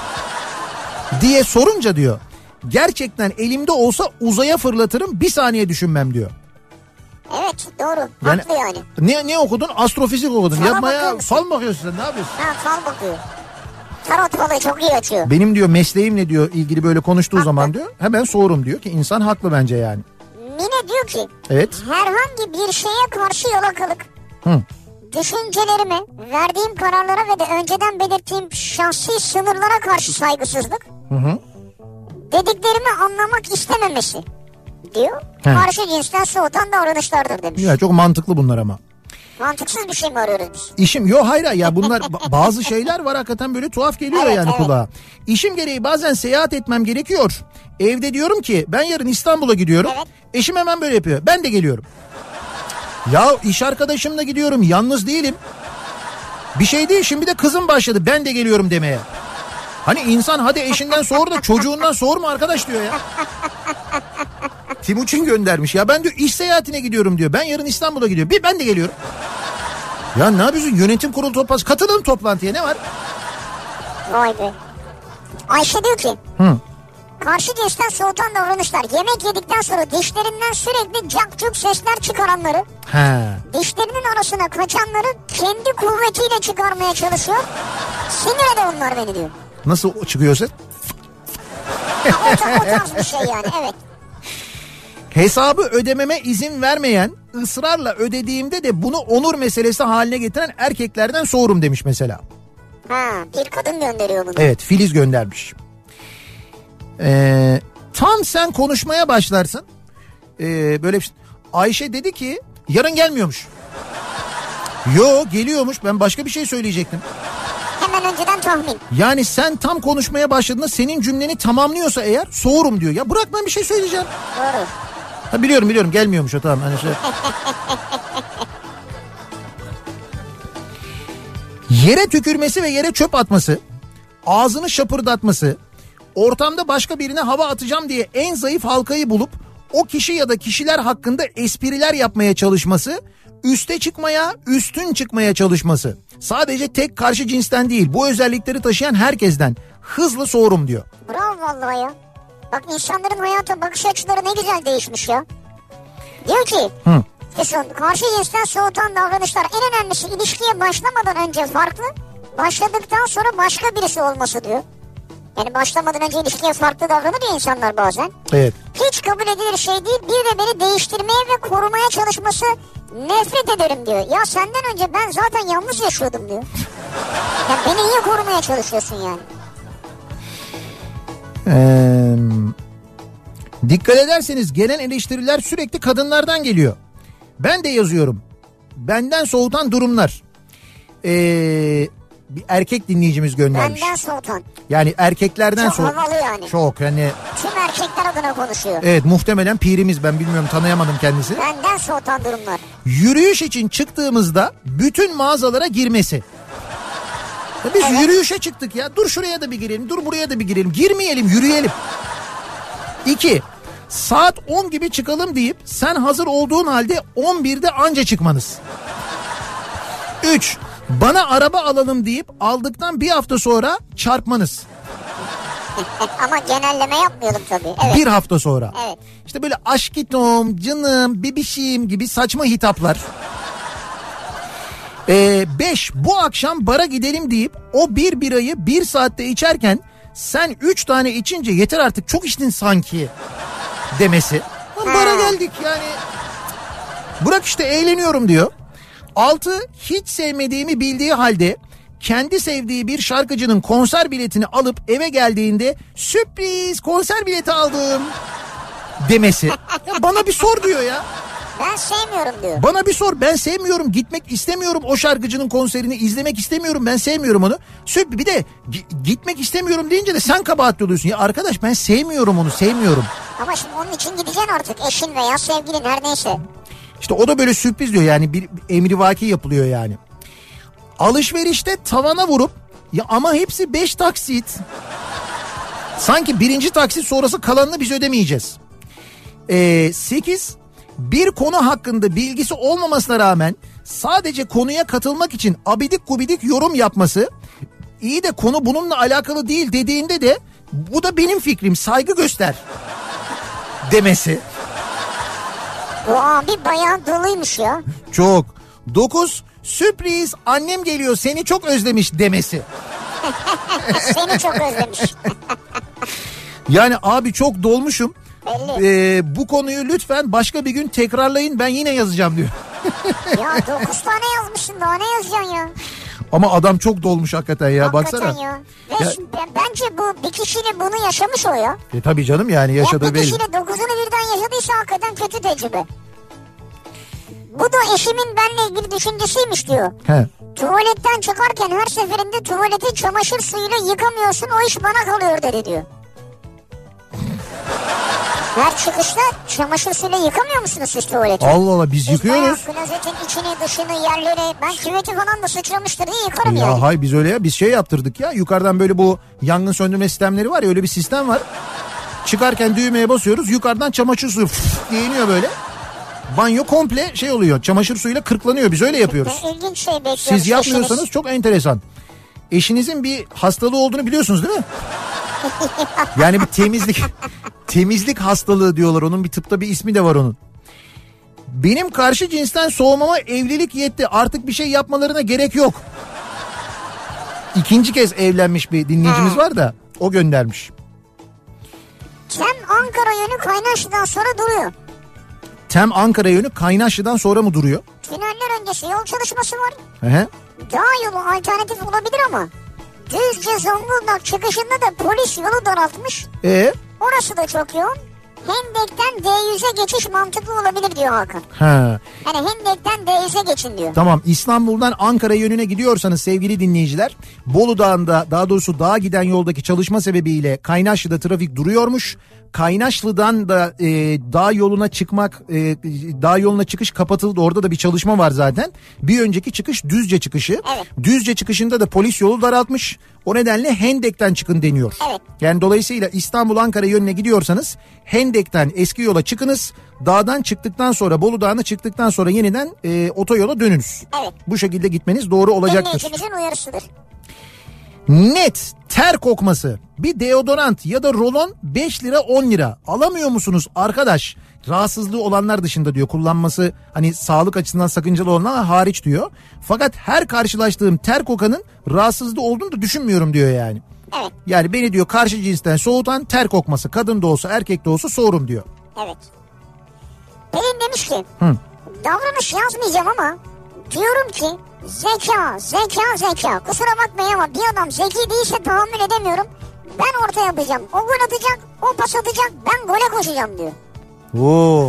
Diye sorunca diyor, gerçekten elimde olsa uzaya fırlatırım, bir saniye düşünmem diyor. Evet, doğru. Yani, haklı yani. Ne okudun? Astrofizik okudun. Fala yapma ya. musun? Fal mı bakıyorsun sen? Ne yapıyorsun? Ha, fal bakıyor. Tarot falı çok iyi açıyor. Benim diyor mesleğimle diyor ilgili böyle konuştuğu zaman diyor hemen soğurum diyor ki insan haklı bence yani. Mine diyor ki evet. Herhangi bir şeye karşı yalakalık. Düşüncelerime, verdiğim kararlara ve de önceden belirttiğim şahsi sınırlara karşı saygısızlık. Dediklerimi anlamak istememesi diyor. Karşı cinsten soğutan davranışlardır demiş. Ya çok mantıklı bunlar ama. Mantıksız bir şey mi arıyoruz biz? İşim yok, hayır ya, bunlar bazı şeyler var hakikaten böyle tuhaf geliyor yani kulağa. İşim gereği bazen seyahat etmem gerekiyor. Evde diyorum ki ben yarın İstanbul'a gidiyorum. Evet. Eşim hemen böyle yapıyor. Ben de geliyorum. Ya iş arkadaşımla gidiyorum, yalnız değilim. Bir şey değil, şimdi de kızım başladı ben de geliyorum demeye. Hani insan hadi eşinden soğur da çocuğundan soğur mu arkadaş diyor ya. Timuçin göndermiş ya, ben diyor iş seyahatine gidiyorum diyor. Ben yarın İstanbul'a gidiyorum. Ben de geliyorum. Ya ne yapıyorsun, yönetim kurulu toplantısı, katılalım toplantıya, ne var? Vay be. Ayşe diyor ki. Karşı cinsten soğutan davranışlar, yemek yedikten sonra dişlerinden sürekli cakcuk sesler çıkaranları, dişlerinin arasına kaçanları kendi kuvvetiyle çıkarmaya çalışıyor. Sinir eder onlar beni diyor. Nasıl çıkıyorsun? O tarz bir şey yani, evet. Hesabı ödememe izin vermeyen, ısrarla ödediğimde de bunu onur meselesi haline getiren erkeklerden soğurum demiş mesela. Bir kadın gönderiyor bunu. Evet, Filiz göndermiş. Tam sen konuşmaya başlarsın. Böyle Ayşe dedi ki yarın gelmiyormuş. Yo, geliyormuş, ben başka bir şey söyleyecektim. Hemen önceden tahmin. Yani sen tam konuşmaya başladığında senin cümleni tamamlıyorsa eğer soğurum diyor. Ya bırak, ben bir şey söyleyeceğim. Doğru. Ha, biliyorum gelmiyormuş o, tamam. Hani şey... Yere tükürmesi ve yere çöp atması, ağzını şapırdatması, ortamda başka birine hava atacağım diye en zayıf halkayı bulup o kişi ya da kişiler hakkında espriler yapmaya çalışması, üste çıkmaya, üstün çıkmaya çalışması. Sadece tek karşı cinsten değil, bu özellikleri taşıyan herkesten hızlı soğurum diyor. Bravo vallahi ya. Bak insanların hayata bakış açıları ne güzel değişmiş ya. Diyor ki... Karşı cinsten soğutan davranışlar, en önemlisi ilişkiye başlamadan önce farklı, başladıktan sonra başka birisi olması diyor. Yani başlamadan önce ilişkiye farklı davranır ya insanlar bazen. Evet. Hiç kabul edilir şey değil, bir de beni değiştirmeye ve korumaya çalışması, nefret ederim diyor. Ya senden önce ben zaten yalnız yaşıyordum diyor. Ya beni niye korumaya çalışıyorsun yani? Dikkat ederseniz gelen eleştiriler sürekli kadınlardan geliyor. Ben de yazıyorum. Benden soğutan durumlar. Bir erkek dinleyicimiz göndermiş. Benden soğutan. Yani erkeklerden çok havalı yani. Çok yani. Tüm erkekler adına konuşuyor. Evet, muhtemelen pirimiz, ben bilmiyorum, tanıyamadım kendisi. Benden soğutan durumlar. Yürüyüş için çıktığımızda bütün mağazalara girmesi. Ya biz yürüyüşe çıktık ya. Dur şuraya da bir girelim, dur buraya da bir girelim. Girmeyelim, yürüyelim. 2. Saat 10 gibi çıkalım deyip sen hazır olduğun halde 11'de anca çıkmanız. 3. Bana araba alalım deyip aldıktan bir hafta sonra çarpmanız. Ama genelleme yapmayalım tabii. Evet. Bir hafta sonra. Evet. İşte böyle aşkitom, canım, bebişim gibi saçma hitaplar. 5. Bu akşam bara gidelim deyip o bir birayı 1 saatte içerken sen 3 tane içince yeter artık çok içtin sanki demesi. Bara geldik yani. Bırak işte, eğleniyorum diyor. 6. Hiç sevmediğimi bildiği halde kendi sevdiği bir şarkıcının konser biletini alıp eve geldiğinde sürpriz konser bileti aldım demesi. Ya bana bir sor diyor ya. Ben sevmiyorum diyor. Bana bir sor, ben sevmiyorum, gitmek istemiyorum o şarkıcının konserini, izlemek istemiyorum, ben sevmiyorum onu. Bir de gitmek istemiyorum deyince de sen kabahatli oluyorsun. Ya arkadaş, ben sevmiyorum onu, sevmiyorum. Ama şimdi onun için gideceksin artık, eşin veya sevgilin her neyse. İşte o da böyle sürpriz diyor yani, bir emrivaki yapılıyor yani. Alışverişte tavana vurup ya ama hepsi 5 taksit. Sanki birinci taksit sonrası kalanını biz ödemeyeceğiz. 8. Bir konu hakkında bilgisi olmamasına rağmen sadece konuya katılmak için abidik gubidik yorum yapması, iyi de konu bununla alakalı değil dediğinde de bu da benim fikrim, saygı göster demesi. Bu abi bayağı doluymuş ya. Çok. 9. Sürpriz, annem geliyor seni çok özlemiş demesi. Seni çok özlemiş. Yani abi çok dolmuşum. Belli. Bu konuyu lütfen başka bir gün tekrarlayın, ben yine yazacağım diyor. Ya 9 tane yazmışsın, daha ne yazacaksın ya? Ama adam çok dolmuş hakikaten ya, hakikaten baksana. Ya. Ve bence bu bir kişiyle bunu yaşamış o ya. Tabii canım, yani yaşadığı ya bir belli. kişiyle 9'unu birden yaşadıysa hakikaten kötü tecrübe. Bu da eşimin benimle ilgili düşüncesiymiş diyor. He. Tuvaletten çıkarken her seferinde tuvaleti çamaşır suyuyla yıkamıyorsun, o iş bana kalıyor dedi diyor. Her çıkışta çamaşır suyuyla yıkamıyor musunuz siz tuvaleti? Allah Allah, biz yıkıyoruz. Klozetin içini dışını yerleri, ben küveti falan da sıçramıştır diye yıkarım ya yani. Hayır, biz öyle ya, biz şey yaptırdık ya, yukarıdan böyle bu yangın söndürme sistemleri var ya, öyle bir sistem var. Çıkarken düğmeye basıyoruz, yukarıdan çamaşır suyu diye iniyor böyle. Banyo komple şey oluyor, çamaşır suyuyla kırklanıyor, biz öyle yapıyoruz. İlginç şey bekliyoruz. Siz yapmıyorsanız çok enteresan. Eşinizin bir hastalığı olduğunu biliyorsunuz değil mi? Yani bir temizlik hastalığı diyorlar, onun bir tıpta bir ismi de var onun. Benim karşı cinsten soğumama evlilik yetti, artık bir şey yapmalarına gerek yok. 2. kez evlenmiş bir dinleyicimiz var da o göndermiş. Tem Ankara yönü Kaynaşlı'dan sonra duruyor. Tem Ankara yönü Kaynaşlı'dan sonra mı duruyor? Tüneller öncesi yol çalışması var. Hı. Dağ yolu alternatif olabilir ama Düzce Zonguldak çıkışında da polis yolu daraltmış. Orası da çok yoğun. Hendek'ten D100'e geçiş mantıklı olabilir diyor Hakan. Ha. Hani Hendek'ten D100'e geçin diyor. Tamam, İstanbul'dan Ankara yönüne gidiyorsanız sevgili dinleyiciler, Bolu Dağı'nda, daha doğrusu dağa giden yoldaki çalışma sebebiyle Kaynaşlı'da trafik duruyormuş. Kaynaşlı'dan da dağ yoluna dağ yoluna çıkış kapatıldı. Orada da bir çalışma var zaten. Bir önceki çıkış Düzce çıkışı. Evet. Düzce çıkışında da polis yolu daraltmış. O nedenle Hendek'ten çıkın deniyor. Evet. Yani dolayısıyla İstanbul Ankara yönüne gidiyorsanız Hendek'ten eski yola çıkınız. Dağdan çıktıktan sonra, Bolu Dağı'na çıktıktan sonra yeniden otoyola dönünüz. Evet. Bu şekilde gitmeniz doğru olacaktır. Dinleyicimizin uyarısıdır. Net ter kokması, bir deodorant ya da rolon 5 lira 10 lira alamıyor musunuz arkadaş? Rahatsızlığı olanlar dışında diyor, kullanması hani sağlık açısından sakıncalı olanlar hariç diyor. Fakat her karşılaştığım ter kokanın rahatsızlığı olduğunu da düşünmüyorum diyor yani. Evet. Yani beni diyor karşı cinsten soğutan ter kokması, kadın da olsa erkek de olsa soğurum diyor. Evet. Pelin demiş ki davranış yazmayacağım ama diyorum ki zeka. Kusura bakmayın ama bir adam zeki değilse tahammül edemiyorum. Ben orta yapacağım. O gol atacak, o pas atacak, ben gole koşacağım diyor. Oo.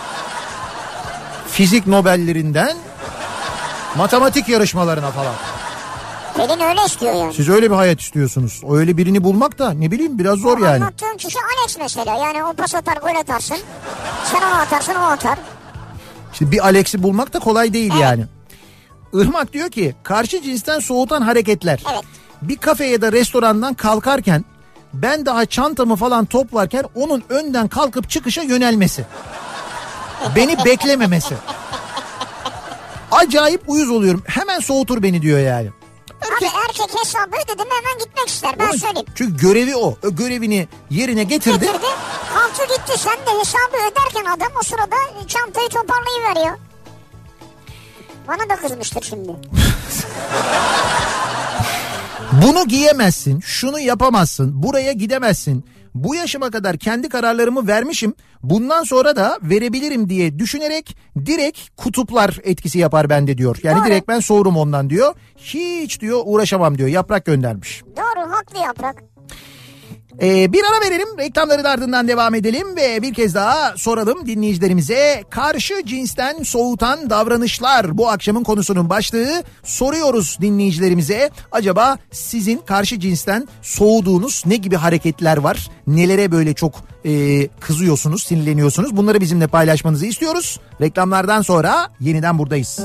Fizik Nobellerinden matematik yarışmalarına falan. Pelin öyle istiyor yani. Siz öyle bir hayat istiyorsunuz. Öyle birini bulmak da ne bileyim biraz zor yani. Anlattığın kişi Alex mesela. Yani o pas atar, gol atarsın. Sen onu atarsın, o atar. İşte bir Alex'i bulmak da kolay değil yani. Irmak diyor ki karşı cinsten soğutan hareketler. Evet. Bir kafe ya da restorandan kalkarken ben daha çantamı falan toplarken onun önden kalkıp çıkışa yönelmesi. Beni beklememesi. Acayip uyuz oluyorum. Hemen soğutur beni diyor yani. Erkek hesabı ödedim hemen gitmek ister, ben söyleyeyim. Çünkü görevi o. O görevini yerine getirdi. Kalktı gitti, sen de hesabı öderken adam o sırada çantayı toparlayıveriyor. Bana da kızmıştır şimdi. Bunu giyemezsin, şunu yapamazsın, buraya gidemezsin. Bu yaşıma kadar kendi kararlarımı vermişim. Bundan sonra da verebilirim diye düşünerek direkt kutuplar etkisi yapar bende diyor. Yani Doğru. direkt ben soğurum ondan diyor. Hiç diyor uğraşamam diyor. Yaprak göndermiş. Doğru, haklı Yaprak. Bir ara verelim, reklamların ardından devam edelim ve bir kez daha soralım dinleyicilerimize. Karşı cinsten soğutan davranışlar bu akşamın konusunun başlığı. Soruyoruz dinleyicilerimize, acaba sizin karşı cinsten soğuduğunuz ne gibi hareketler var? Nelere böyle çok kızıyorsunuz, sinirleniyorsunuz? Bunları bizimle paylaşmanızı istiyoruz. Reklamlardan sonra yeniden buradayız.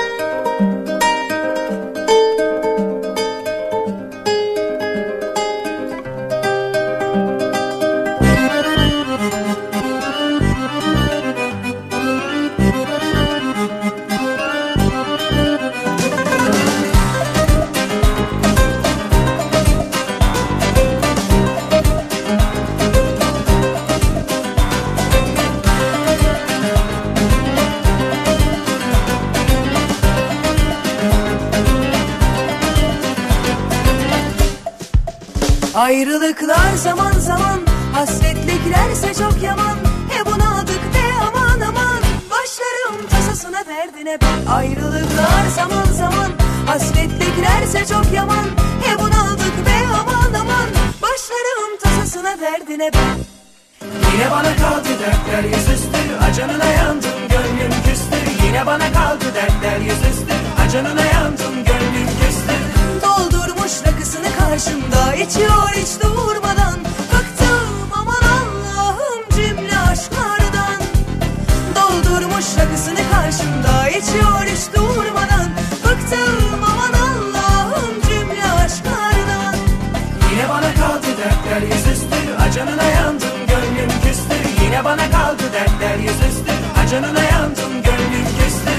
Ayrılıklar zaman zaman, hasretliklerse çok yaman. Bunaldık de aman aman, başlarım tasasına derdine ben. Ayrılıklar zaman zaman, hasretliklerse çok yaman. Bunaldık de aman aman, başlarım tasasına derdine ben. Yine bana kaldı dertler yüzüstü, acanına yandım gönlüm küstü. Yine bana kaldı dertler yüzüstü, acanına yandım gönlüm küstü. Doldurmuş rakısını karşımda, içiyor hiç durmadan. Bıktım aman Allah'ım cümle aşklardan. Doldurmuş rakısını karşımda, içiyor hiç durmadan. Bıktım aman Allah'ım cümle aşklardan. Yine bana kaldı dertler yüzüstü, acanına yandım gönlüm küstü. Yine bana kaldı dertler yüzüstü, acanına yandım gönlüm küstü.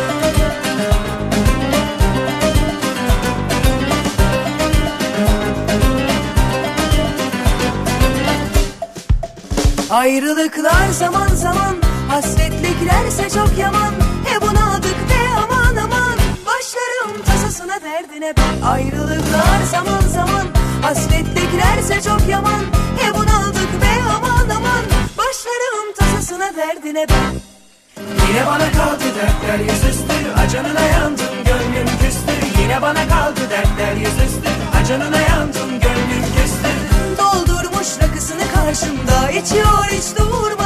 Ayrılıklar zaman zaman, hasretliklerse çok yaman. Bunaldık de aman aman, başlarım tasasına derdine ben. Ayrılıklar zaman zaman, hasretliklerse çok yaman. Bunaldık de aman aman, başlarım tasasına derdine ben. Yine bana kaldı dertler yüzüstü, acanına yandım gönlüm küstü. Yine bana kaldı dertler yüzüstü, acanına yandım gönlüm küstü. Doldurmuş rakısını karşımda, içiyor hiç durma.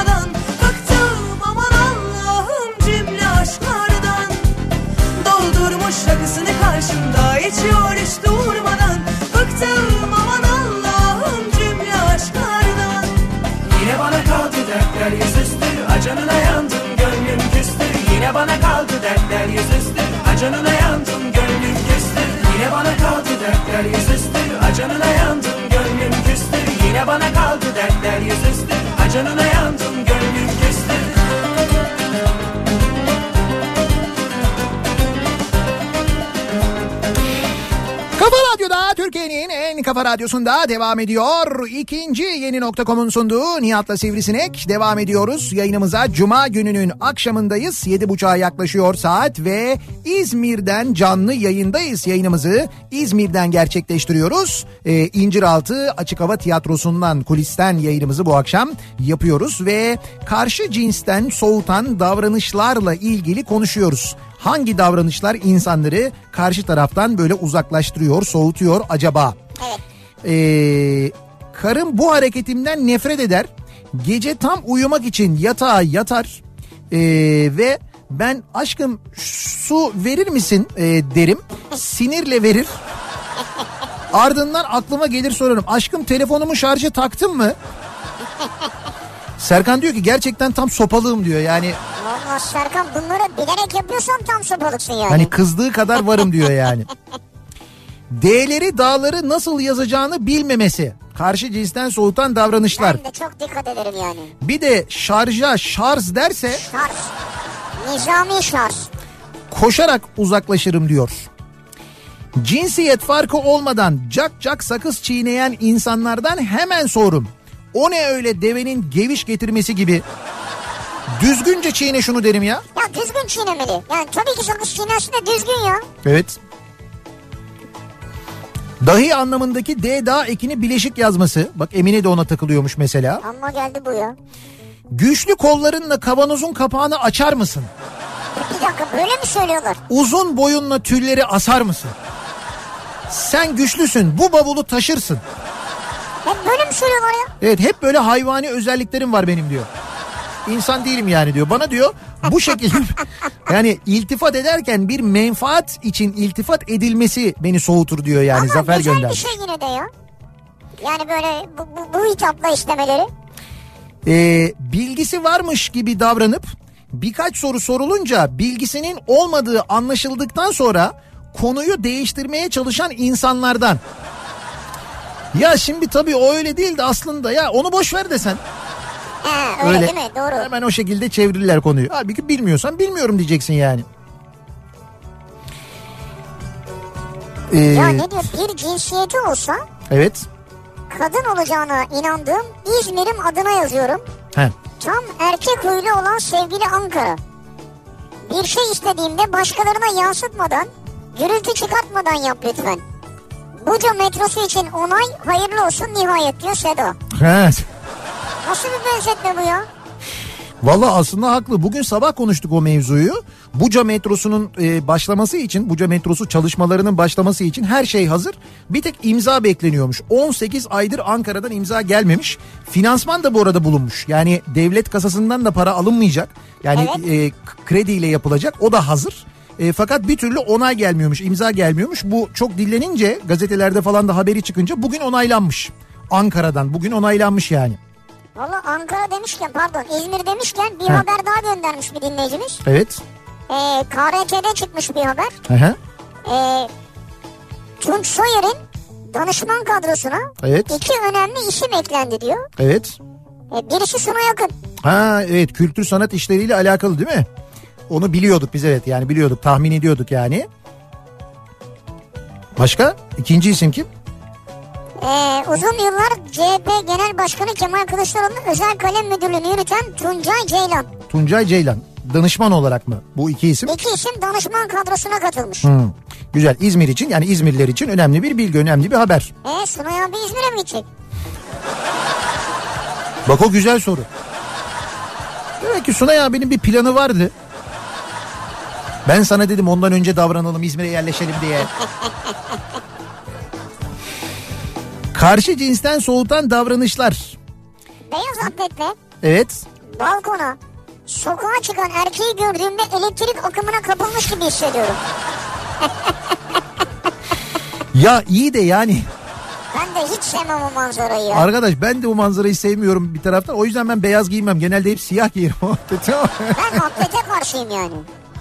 Kafa Radyosu'nda devam ediyor. İkinci Yeni.com'un sunduğu Nihat'la Sivrisinek devam ediyoruz. Yayınımıza Cuma gününün akşamındayız. 7.30'a yaklaşıyor saat ve İzmir'den canlı yayındayız. Yayınımızı İzmir'den gerçekleştiriyoruz. İnciraltı Açık Hava Tiyatrosu'ndan, kulisten yayınımızı bu akşam yapıyoruz ve karşı cinsten soğutan davranışlarla ilgili konuşuyoruz. Hangi davranışlar insanları karşı taraftan böyle uzaklaştırıyor, soğutuyor acaba? Evet. Karım bu hareketimden nefret eder. Gece tam uyumak için yatağa yatar ve ben aşkım su verir misin derim. Sinirle verir. Ardından aklıma gelir sorarım. Aşkım telefonumu şarja taktın mı? Serkan diyor ki gerçekten tam sopalığım diyor yani. Vallahi Serkan bunları bilerek yapıyorsan tam sopalıksın yani. Hani kızdığı kadar varım diyor yani. D'leri dağları nasıl yazacağını bilmemesi. Karşı cinsten soğutan davranışlar. Ben de çok dikkat ederim yani. Bir de şarja şarj derse. Şarj. Nizami şarj. Koşarak uzaklaşırım diyor. Cinsiyet farkı olmadan cak cak sakız çiğneyen insanlardan hemen sorum. O ne öyle devenin geviş getirmesi gibi. Düzgünce çiğne şunu derim ya. Ya düzgün çiğnemeli. Yani tabii ki sakız çiğnersin de düzgün ya. Evet. Dahi anlamındaki D dağ ekini bileşik yazması. Bak Emine de ona takılıyormuş mesela. Amma geldi bu ya. Güçlü kollarınla kavanozun kapağını açar mısın? Bir dakika böyle mi söylüyorlar? Uzun boyunla tülleri asar mısın? Sen güçlüsün, bu bavulu taşırsın. Hep böyle mi söylüyorlar ya? Evet, hep böyle hayvani özelliklerim var benim diyor. İnsan değilim yani diyor. Bana diyor bu şekilde yani iltifat ederken bir menfaat için iltifat edilmesi beni soğutur diyor yani. Ama Zafer güzel gönder. bir şey yine de ya. Yani böyle bu hitapla istemeleri. Bilgisi varmış gibi davranıp birkaç soru sorulunca bilgisinin olmadığı anlaşıldıktan sonra konuyu değiştirmeye çalışan insanlardan. Ya şimdi tabii o öyle değildi aslında, ya onu boş ver desen. Öyle değil mi? Doğru. Hemen o şekilde çevirirler konuyu. Halbuki bilmiyorsan bilmiyorum diyeceksin yani. Ya ne diyor, bir cinsiyeti olsa Evet. kadın olacağına inandığım İzmir'im adına yazıyorum. He. Tam erkek huylu olan sevgili Ankara. Bir şey istediğimde başkalarına yansıtmadan, gürültü çıkartmadan yap lütfen. Buca metrosu için onay, hayırlı olsun nihayet diyor Seda. He. Nasıl bir benzetme bu ya? Valla aslında haklı. Bugün sabah konuştuk o mevzuyu. Buca metrosunun başlaması için, Buca metrosu çalışmalarının başlaması için her şey hazır. Bir tek imza bekleniyormuş. 18 aydır Ankara'dan imza gelmemiş. Finansman da bu arada bulunmuş. Yani devlet kasasından da para alınmayacak. Yani evet. Krediyle yapılacak. O da hazır. Fakat bir türlü onay gelmiyormuş, imza gelmiyormuş. Bu çok dillenince, gazetelerde falan da haberi çıkınca bugün onaylanmış. Ankara'dan bugün onaylanmış yani. Valla Ankara demişken, pardon İzmir demişken bir haber daha göndermiş bir dinleyicimiz. Evet. KRT'de çıkmış bir haber. Hı. Tunç Soyer'in danışman kadrosuna Evet. 2 önemli isim eklendi diyor. Evet. Birisi Suna Yakın. Ha evet, kültür sanat işleriyle alakalı değil mi? Onu biliyorduk biz, evet yani biliyorduk, tahmin ediyorduk yani. Başka? İkinci isim kim? Uzun yıllar CHP Genel Başkanı Kemal Kılıçdaroğlu'nun özel kalem müdürlüğünü yürüten Tuncay Ceylan. Tuncay Ceylan. Danışman olarak mı bu iki isim? 2 isim danışman kadrosuna katılmış. Güzel. İzmir için, yani İzmirliler için önemli bir bilgi, önemli bir haber. Sunay abi İzmir'e mi gidecek? Bak o güzel soru. Demek ki Sunay abinin bir planı vardı. Ben sana dedim ondan önce davranalım, İzmir'e yerleşelim diye. Karşı cinsten soğutan davranışlar. Beyaz atletle Evet. balkona, sokağa çıkan erkeği gördüğümde elektrik akımına kapılmış gibi hissediyorum. Ya iyi de yani. Ben de hiç sevmem o manzarayı ya. Arkadaş ben de o manzarayı sevmiyorum bir taraftan. O yüzden ben beyaz giymem. Genelde hep siyah giyerim. Ben atlete karşıyım yani.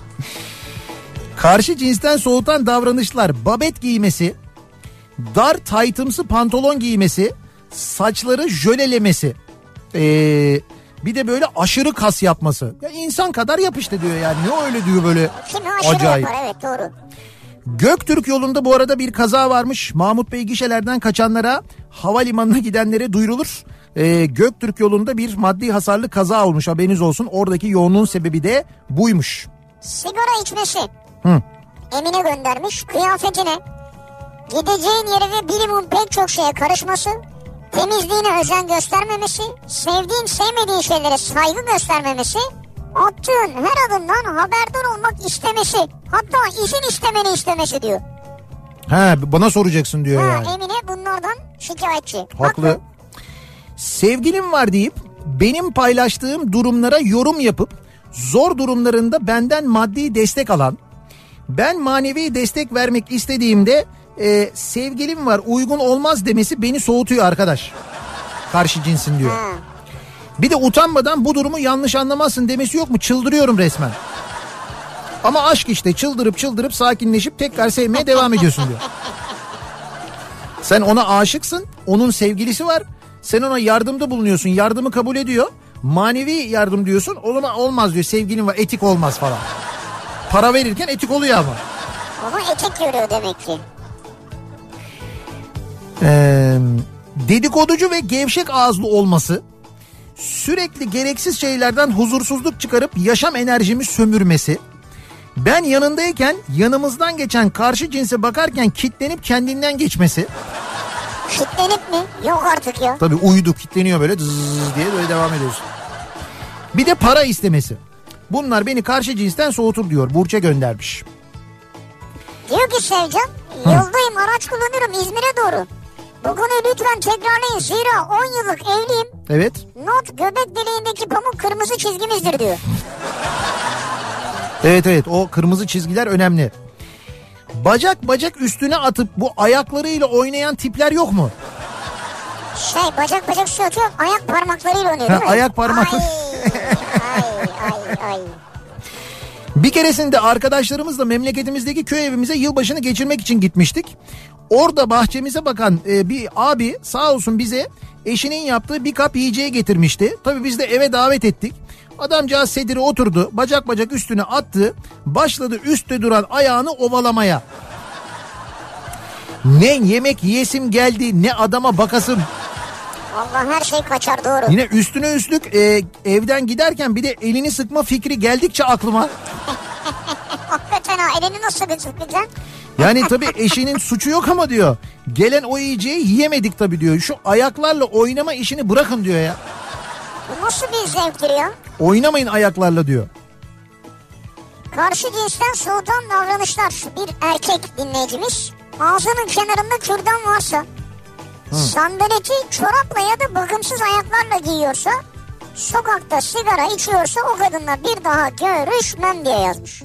Karşı cinsten soğutan davranışlar. Babet giymesi, dar taytımsı pantolon giymesi, saçları jölelemesi. Bir de böyle aşırı kas yapması. Ya insan kadar yap işte diyor yani. Ne öyle diyor böyle Kimi aşırı acayip. yapar, evet doğru. Göktürk yolunda bu arada bir kaza varmış. Mahmut Bey, gişelerden kaçanlara, havalimanına gidenlere duyurulur. Göktürk yolunda bir maddi hasarlı kaza olmuş, haberiniz olsun. Oradaki yoğunluğun sebebi de buymuş. Sigara içmesi. Hı. Emine göndermiş. Kıyafetine, gideceğin yere ve bilimin pek çok şeye karışması, temizliğine özen göstermemesi, sevdiğin sevmediğin şeylere saygı göstermemesi, attığın her adımdan haberdar olmak istemesi, hatta izin istemeni istemesi diyor. He, bana soracaksın diyor yani. Emine bunlardan şikayetçi. Haklı. Sevgilim var deyip benim paylaştığım durumlara yorum yapıp zor durumlarında benden maddi destek alan, ben manevi destek vermek istediğimde sevgilim var uygun olmaz demesi beni soğutuyor arkadaş. Karşı cinsin diyor. Bir de utanmadan bu durumu yanlış anlamazsın demesi yok mu? Çıldırıyorum resmen. Ama aşk işte, çıldırıp sakinleşip tekrar sevmeye devam ediyorsun diyor. Sen ona aşıksın, onun sevgilisi var. Sen ona yardımda bulunuyorsun, yardımı kabul ediyor. Manevi yardım diyorsun, olmaz diyor, sevgilin var, etik olmaz falan. Para verirken etik oluyor ama. Ama etik görüyor demek ki. Dedikoducu ve gevşek ağızlı olması, sürekli gereksiz şeylerden huzursuzluk çıkarıp yaşam enerjimi sömürmesi, ben yanındayken yanımızdan geçen karşı cinse bakarken kitlenip kendinden geçmesi. Kitlenip mi? Yok artık ya. Tabii uyudu, kitleniyor böyle zzz diye böyle devam ediyorsun. Bir de para istemesi. Bunlar beni karşı cinsten soğutur diyor. Burç'a göndermiş. Diyor ki Sevcan, yoldayım, araç kullanıyorum İzmir'e doğru. Bu konuyu lütfen tekrarlayın, zira 10 yıllık evliyim. Evet. Not, göbek deliğindeki pamuk kırmızı çizgimizdir diyor. Evet, o kırmızı çizgiler önemli. Bacak üstüne atıp bu ayaklarıyla oynayan tipler yok mu? Bacak üstüne atıyor, ayak parmaklarıyla oynuyor değil mi? Ayak parmakları. Ay. Bir keresinde arkadaşlarımızla memleketimizdeki köy evimize yılbaşını geçirmek için gitmiştik. Orada bahçemize bakan bir abi sağ olsun bize eşinin yaptığı bir kap yiyeceği getirmişti. Tabii biz de eve davet ettik. Adamcağız sedire oturdu, bacak üstüne attı, başladı üstte duran ayağını ovalamaya. Ne yemek yiyesim geldi, ne adama bakasım. Allah, her şey kaçar, doğru. Yine üstüne üstlük evden giderken bir de elini sıkma fikri geldikçe aklıma. Hakikaten ha, elini nasıl sıkacaksın? Yani tabii eşinin suçu yok ama diyor, gelen o yiyeceği yiyemedik tabii diyor. Şu ayaklarla oynama işini bırakın diyor ya. Bu nasıl bir zevktir ya? Oynamayın ayaklarla diyor. Karşı cinsten soğutan davranışlar. Bir erkek dinleyicimiz, ağzının kenarında kürdan varsa, sandaleti çorapla ya da bakımsız ayaklarla giyiyorsa, sokakta sigara içiyorsa o kadınla bir daha görüşmem diye yazmış.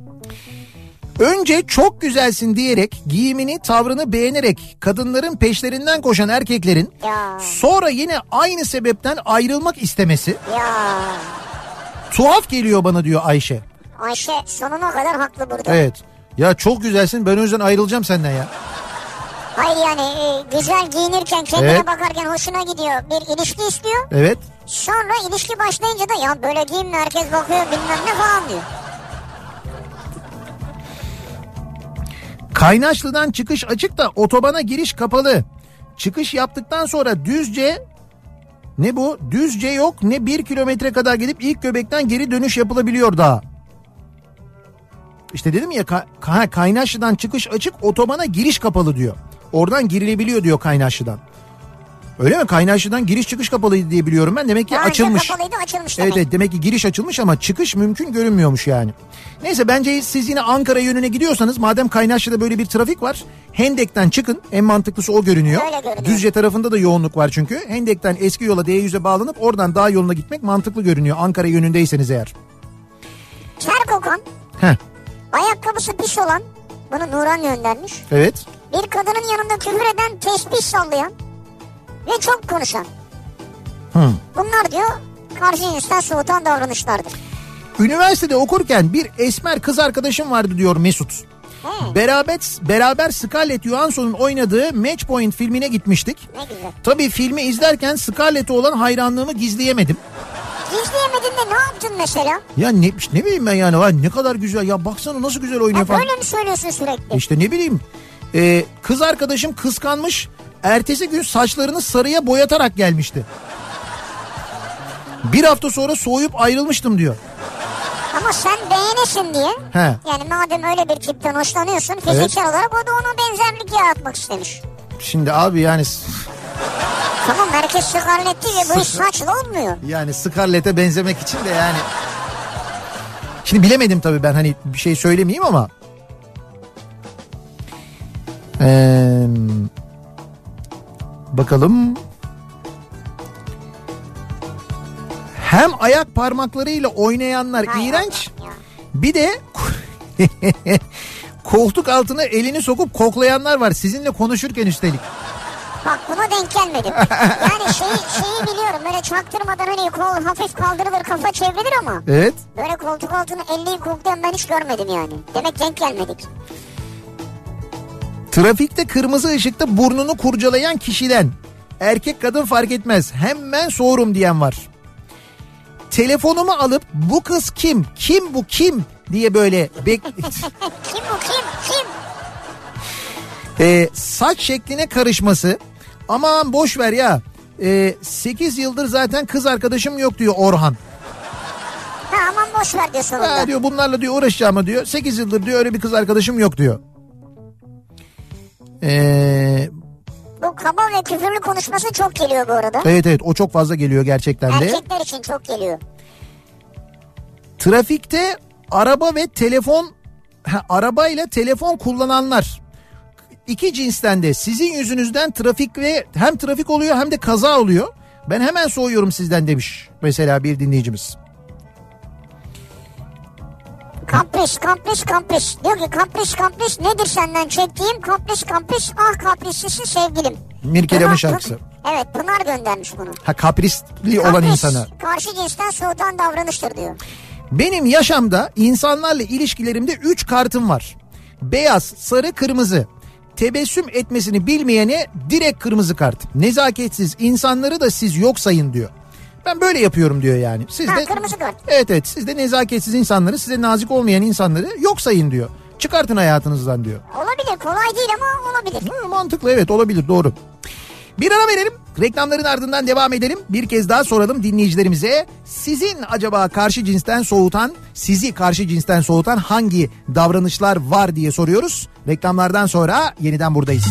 Önce çok güzelsin diyerek, giyimini, tavrını beğenerek kadınların peşlerinden koşan erkeklerin sonra yine aynı sebepten ayrılmak istemesi tuhaf geliyor bana diyor Ayşe. Ayşe sonuna kadar haklı burada. Evet. Ya çok güzelsin, ben o yüzden ayrılacağım senden ya. Hayır yani güzel giyinirken, kendine bakarken hoşuna gidiyor, bir ilişki istiyor. Evet. Sonra ilişki başlayınca da ya böyle giyinme, herkes bakıyor bilmem ne falan diyor. Kaynaşlı'dan çıkış açık da otobana giriş kapalı. Çıkış yaptıktan sonra düzce, ne bu? Düzce yok, ne 1 kilometre kadar gidip ilk göbekten geri dönüş yapılabiliyor daha. İşte dedim ya, Kaynaşlı'dan çıkış açık, otobana giriş kapalı diyor. Oradan girilebiliyor diyor Kaynaşlı'dan. Öyle mi? Kaynaşlı'dan giriş çıkış kapalıydı diye biliyorum ben. Demek ki açılmış. Kapalıydı, açılmış demek. Evet, demek ki giriş açılmış ama çıkış mümkün görünmüyormuş yani. Neyse, bence siz yine Ankara yönüne gidiyorsanız, madem Kaynaşlı'da böyle bir trafik var, Hendek'ten çıkın. En mantıklısı o görünüyor. Öyle görünüyor. Düzce tarafında da yoğunluk var çünkü. Hendek'ten eski yola D100'e bağlanıp oradan dağ yoluna gitmek mantıklı görünüyor Ankara yönündeyseniz eğer. Ter kokan, ayakkabısı pis olan, bunu Nuran göndermiş. Evet. Bir kadının yanında küfür eden, tesbih sallayan ve çok konuşan. Bunlar diyor karşı cinsten soğutan davranışlardır. Üniversitede okurken bir esmer kız arkadaşım vardı diyor Mesut. Beraber Scarlett Johansson'un oynadığı Match Point filmine gitmiştik. Ne güzel. Tabii filmi izlerken Scarlett'e olan hayranlığımı gizleyemedim. İzleyemedin de ne yaptın mesela? Ya ne bileyim ben yani. Vay ne kadar güzel ya, baksana nasıl güzel oynuyor falan. Böyle mi söylüyorsun sürekli? İşte ne bileyim. Kız arkadaşım kıskanmış. Ertesi gün saçlarını sarıya boyatarak gelmişti. Bir hafta sonra soğuyup ayrılmıştım diyor. Ama sen beğenesin diye. He. Yani madem öyle bir tipten hoşlanıyorsun fiziksel olarak o da ona benzerlik yaratmak istemiş. Şimdi abi yani... Tamam, herkes Scarlett değil ya, bu iş saçlı olmuyor. Yani Scarlett'e benzemek için de yani... Şimdi bilemedim tabii ben, hani bir şey söylemeyeyim ama... Bakalım... Hem ayak parmaklarıyla oynayanlar iğrenç. Bir de koltuk altına elini sokup koklayanlar var sizinle konuşurken üstelik. Bak buna denk gelmedim. Yani şeyi biliyorum, böyle çaktırmadan hani kol hafif kaldırılır, kafa çevrilir ama. Evet. Böyle koltuk altına elini koklayan ben hiç görmedim yani. Demek denk gelmedik. Trafikte kırmızı ışıkta burnunu kurcalayan kişiden, erkek kadın fark etmez, hemen soğurum diyen var. Telefonumu alıp bu kız kim? Kim bu kim? Diye böyle Kim bu kim? Saç şekline karışması. Aman boş ver ya. 8 yıldır zaten kız arkadaşım yok diyor Orhan. Ha, aman boş ver diyor sonunda. Ha diyor, bunlarla diyor uğraşacağım diyor. 8 yıldır diyor öyle bir kız arkadaşım yok diyor. Bu kaba ve küfürlü konuşması çok geliyor bu arada. Evet o çok fazla geliyor gerçekten de. Erkekler için çok geliyor. Trafikte arabayla telefon kullananlar. İki cinsten de sizin yüzünüzden hem trafik oluyor hem de kaza oluyor. Ben hemen soğuyorum sizden demiş mesela bir dinleyicimiz. Kampris. Diyor ki kampris nedir senden çektiğim kampris ah kaprislisin sevgilim. Mirkelam'ın şarkısı. Evet, Pınar göndermiş bunu. Kaprisli olan insana. Karşı cinsten soğutan davranıştır diyor. Benim yaşamda insanlarla ilişkilerimde 3 kartım var. Beyaz, sarı, kırmızı. Tebessüm etmesini bilmeyene direkt kırmızı kart. Nezaketsiz insanları da siz yok sayın diyor. Ben böyle yapıyorum diyor yani. Siz de kırmızı kart. Evet siz de nezaketsiz insanları, size nazik olmayan insanları yok sayın diyor. Çıkartın hayatınızdan diyor. Olabilir, kolay değil ama olabilir. Mantıklı, evet olabilir, doğru. Bir ara verelim. Reklamların ardından devam edelim. Bir kez daha soralım dinleyicilerimize. Sizin acaba sizi karşı cinsten soğutan hangi davranışlar var diye soruyoruz. Reklamlardan sonra yeniden buradayız.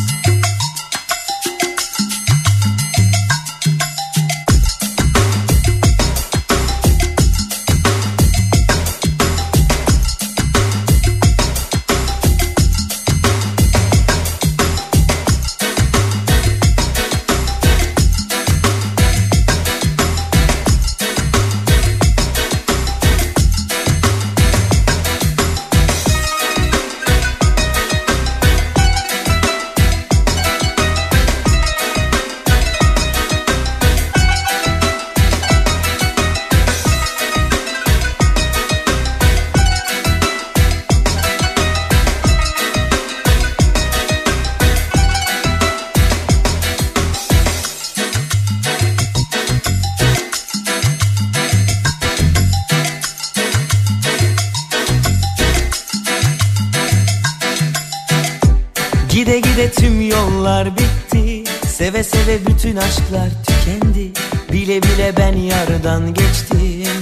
Gide gide tüm yollar bitti, seve seve bütün aşklar tükendi. Bile bile ben yardan geçtim.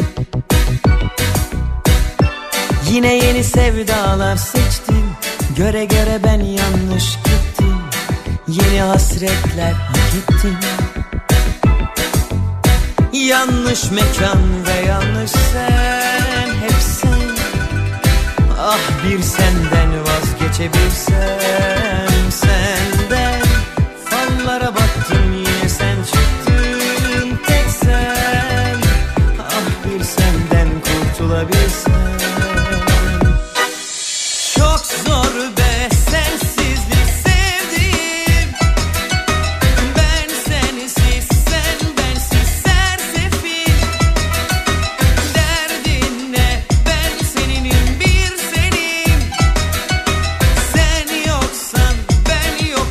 Yine yeni sevdalar seçtim, göre göre ben yanlış gittim. Yeni hasretler hak ettim. Yanlış mekan ve yanlış sen, hep sen. Ah bir senden vazgeçebilsem, senden fallara baktım yine sen çıktın tek sen. Ah bir senden kurtulabilsem. Çok zor be sensizlik sevdim. Ben sensiz sen bensiz sersefil. Derdin ne ben seninim bir senin. Sen yoksan ben yok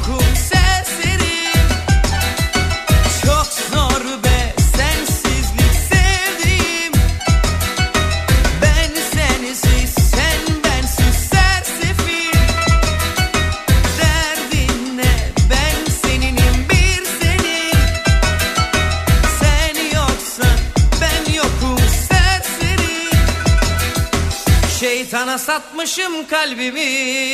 Şeytana satmışım kalbimi.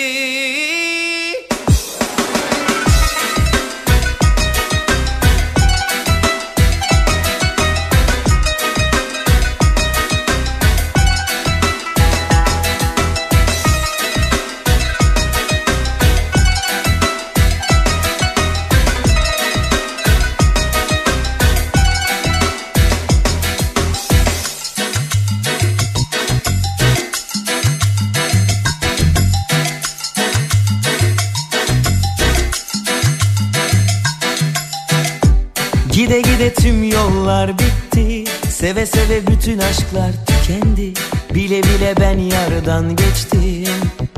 Gide gide tüm yollar bitti. Seve seve bütün aşklar tükendi. Bile bile ben yardan geçtim.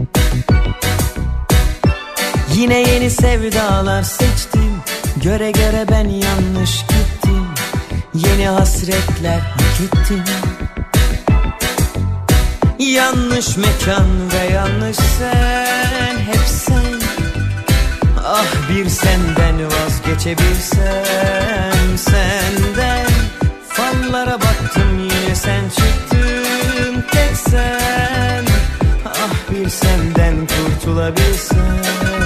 Yine yeni sevdalar seçtim. Göre göre ben yanlış gittim. Yeni hasretler hak ettim. Yanlış mekan ve yanlış sen. Hep sen. Ah bir senden vazgeçebilsem senden. Fallara baktım yine sen çıktın tek sen. Ah bir senden kurtulabilsem.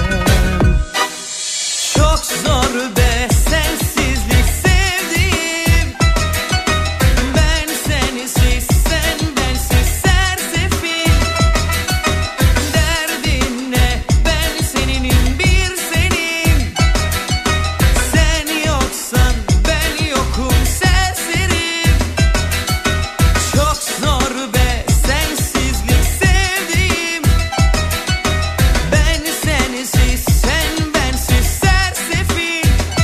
Çok zor be sensizlik sevdiğim. Ben sensiz sen bensiz sersefil. Derdin ne ben seninim bir senin. Sen yoksan ben yokum serserim. Çok zor be sensizlik sevdiğim. Ben sensiz sen bensiz sersefil.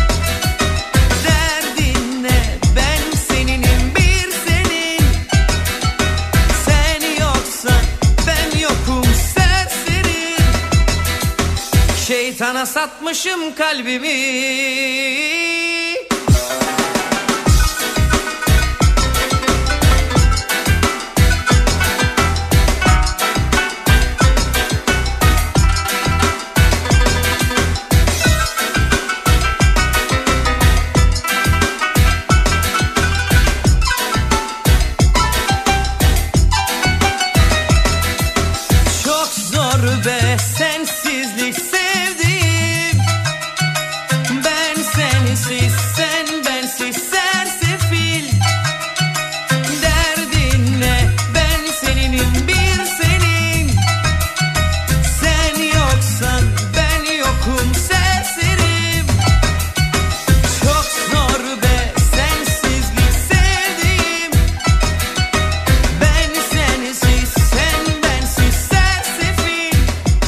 Derdin ne ben seninim bir senin. Sen yoksan ben yokum serserim. Şeytana satmışım kalbimi. Çok zor be sensizlik sevdiğim. Ben sensiz sen bensiz sersefil. Derdin ne ben seninim bir senin. Sen yoksan ben yokum serserim. Çok zor be sensizlik sevdiğim. Ben sensiz sen bensiz sersefil.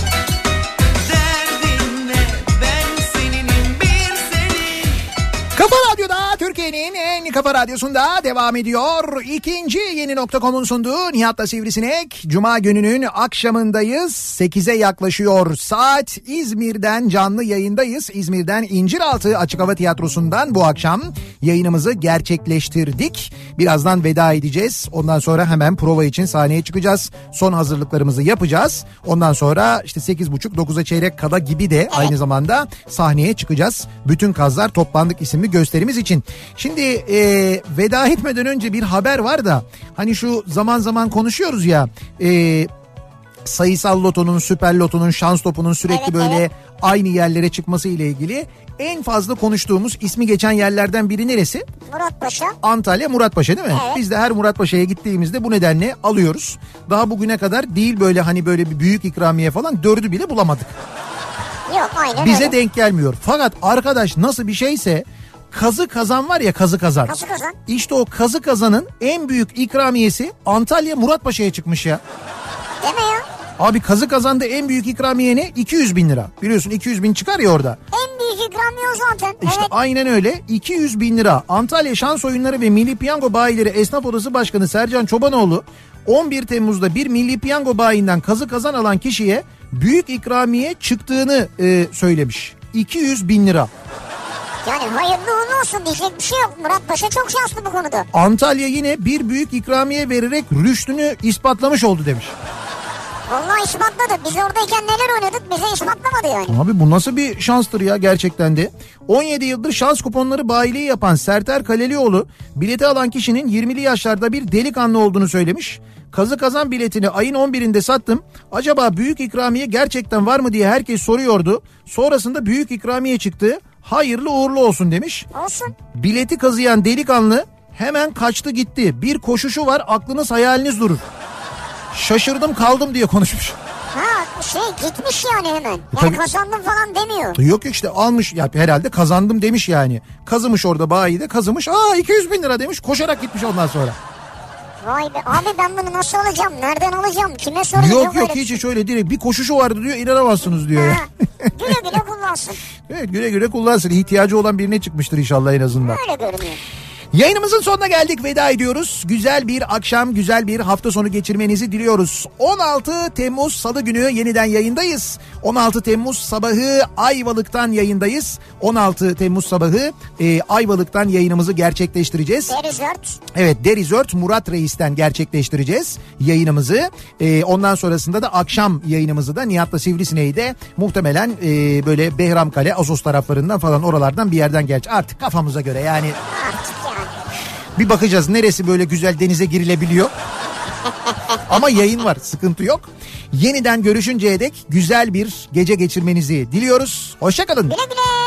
Derdin ne ben seninim bir senin. Kafa Radyo'da, Türkiye'nin en kafa radyosunda devam ediyor. İkinci yeni nokta.com'un sunduğu Nihat'la Sivrisinek. Cuma gününün akşamındayız. 8'e yaklaşıyor saat. İzmir'den canlı yayındayız. İzmir'den İnciraltı Açık Hava Tiyatrosu'ndan bu akşam yayınımızı gerçekleştirdik. Birazdan veda edeceğiz. Ondan sonra hemen prova için sahneye çıkacağız. Son hazırlıklarımızı yapacağız. Ondan sonra işte 8.30-9'a çeyrek kala gibi de aynı zamanda sahneye çıkacağız. Bütün Kazlar Toplandık isimli gösterimiz için. Şimdi veda etmeden önce bir haber var da hani şu zaman zaman konuşuyoruz ya sayısal lotonun, süper lotonun, şans topunun sürekli Evet, böyle evet. aynı yerlere çıkması ile ilgili en fazla konuştuğumuz ismi geçen yerlerden biri neresi? Muratpaşa. Antalya Muratpaşa değil mi? Evet. Biz de her Muratpaşa'ya gittiğimizde bu nedenle alıyoruz. Daha bugüne kadar değil böyle hani böyle bir büyük ikramiye falan 4'ü bile bulamadık. Yok aynen Bize öyle. denk gelmiyor. Fakat arkadaş nasıl bir şeyse kazı kazan var ya kazı kazan. Kazı kazan. İşte o kazı kazanın en büyük ikramiyesi Antalya Muratpaşa'ya çıkmış ya. Deme ya. Abi kazı kazanda en büyük ikramiye ne? 200 bin lira. Biliyorsun 200 bin çıkar ya orada. En büyük ikramiye o zaten. İşte Evet. aynen öyle 200 bin lira. Antalya Şans Oyunları ve Milli Piyango Bayileri Esnaf Odası Başkanı Sercan Çobanoğlu 11 Temmuz'da bir Milli Piyango bayinden kazı kazan alan kişiye büyük ikramiye çıktığını söylemiş. 200 bin lira. Yani hayırlı uğurlu olsun diyecek bir şey yok. Muratpaşa çok şanslı bu konuda. Antalya yine bir büyük ikramiye vererek rüştünü ispatlamış oldu demiş. Vallahi ispatladı. Biz oradayken neler oynadık bize ispatlamadı yani. Abi bu nasıl bir şanstır ya gerçekten de. 17 yıldır şans kuponları bayiliği yapan Serter Kalelioğlu bileti alan kişinin 20'li yaşlarda bir delikanlı olduğunu söylemiş. Kazı Kazan biletini ayın 11'inde sattım. Acaba büyük ikramiye gerçekten var mı diye herkes soruyordu. Sonrasında büyük ikramiye çıktı. Hayırlı uğurlu olsun demiş. Olsun. Bileti kazıyan delikanlı hemen kaçtı gitti. Bir koşuşu var, aklınız hayaliniz durur. Şaşırdım kaldım diye konuşmuş. Ha gitmiş yani hemen. Yani tabii. kazandım falan demiyor. Yok işte almış ya, herhalde kazandım demiş yani. Kazımış orada bayide, kazımış. 200 bin lira demiş, koşarak gitmiş ondan sonra. Vay be abi, ben bunu nasıl alacağım? Nereden alacağım? Kime soracağım? Yok hiç öyle direkt bir koşuşu vardı diyor, inanamazsınız diyor ya. Güle güle kullansın. Evet, güle güle kullansın. İhtiyacı olan birine çıkmıştır inşallah en azından. Öyle görünüyor. Yayınımızın sonuna geldik, veda ediyoruz. Güzel bir akşam, güzel bir hafta sonu geçirmenizi diliyoruz. 16 Temmuz Salı günü yeniden yayındayız. 16 Temmuz sabahı Ayvalık'tan yayındayız. 16 Temmuz sabahı Ayvalık'tan yayınımızı gerçekleştireceğiz. Derizört. Evet, Derizört Murat Reis'ten gerçekleştireceğiz yayınımızı. Ondan sonrasında da akşam yayınımızı da Nihat'la Sivrisineği'de muhtemelen böyle Behramkale, Assos taraflarından falan, oralardan bir yerden gelecek. Artık kafamıza göre yani. Artık yani. Bir bakacağız neresi böyle güzel denize girilebiliyor. Ama yayın var, sıkıntı yok. Yeniden görüşünceye dek güzel bir gece geçirmenizi diliyoruz. Hoşça kalın. Güle güle.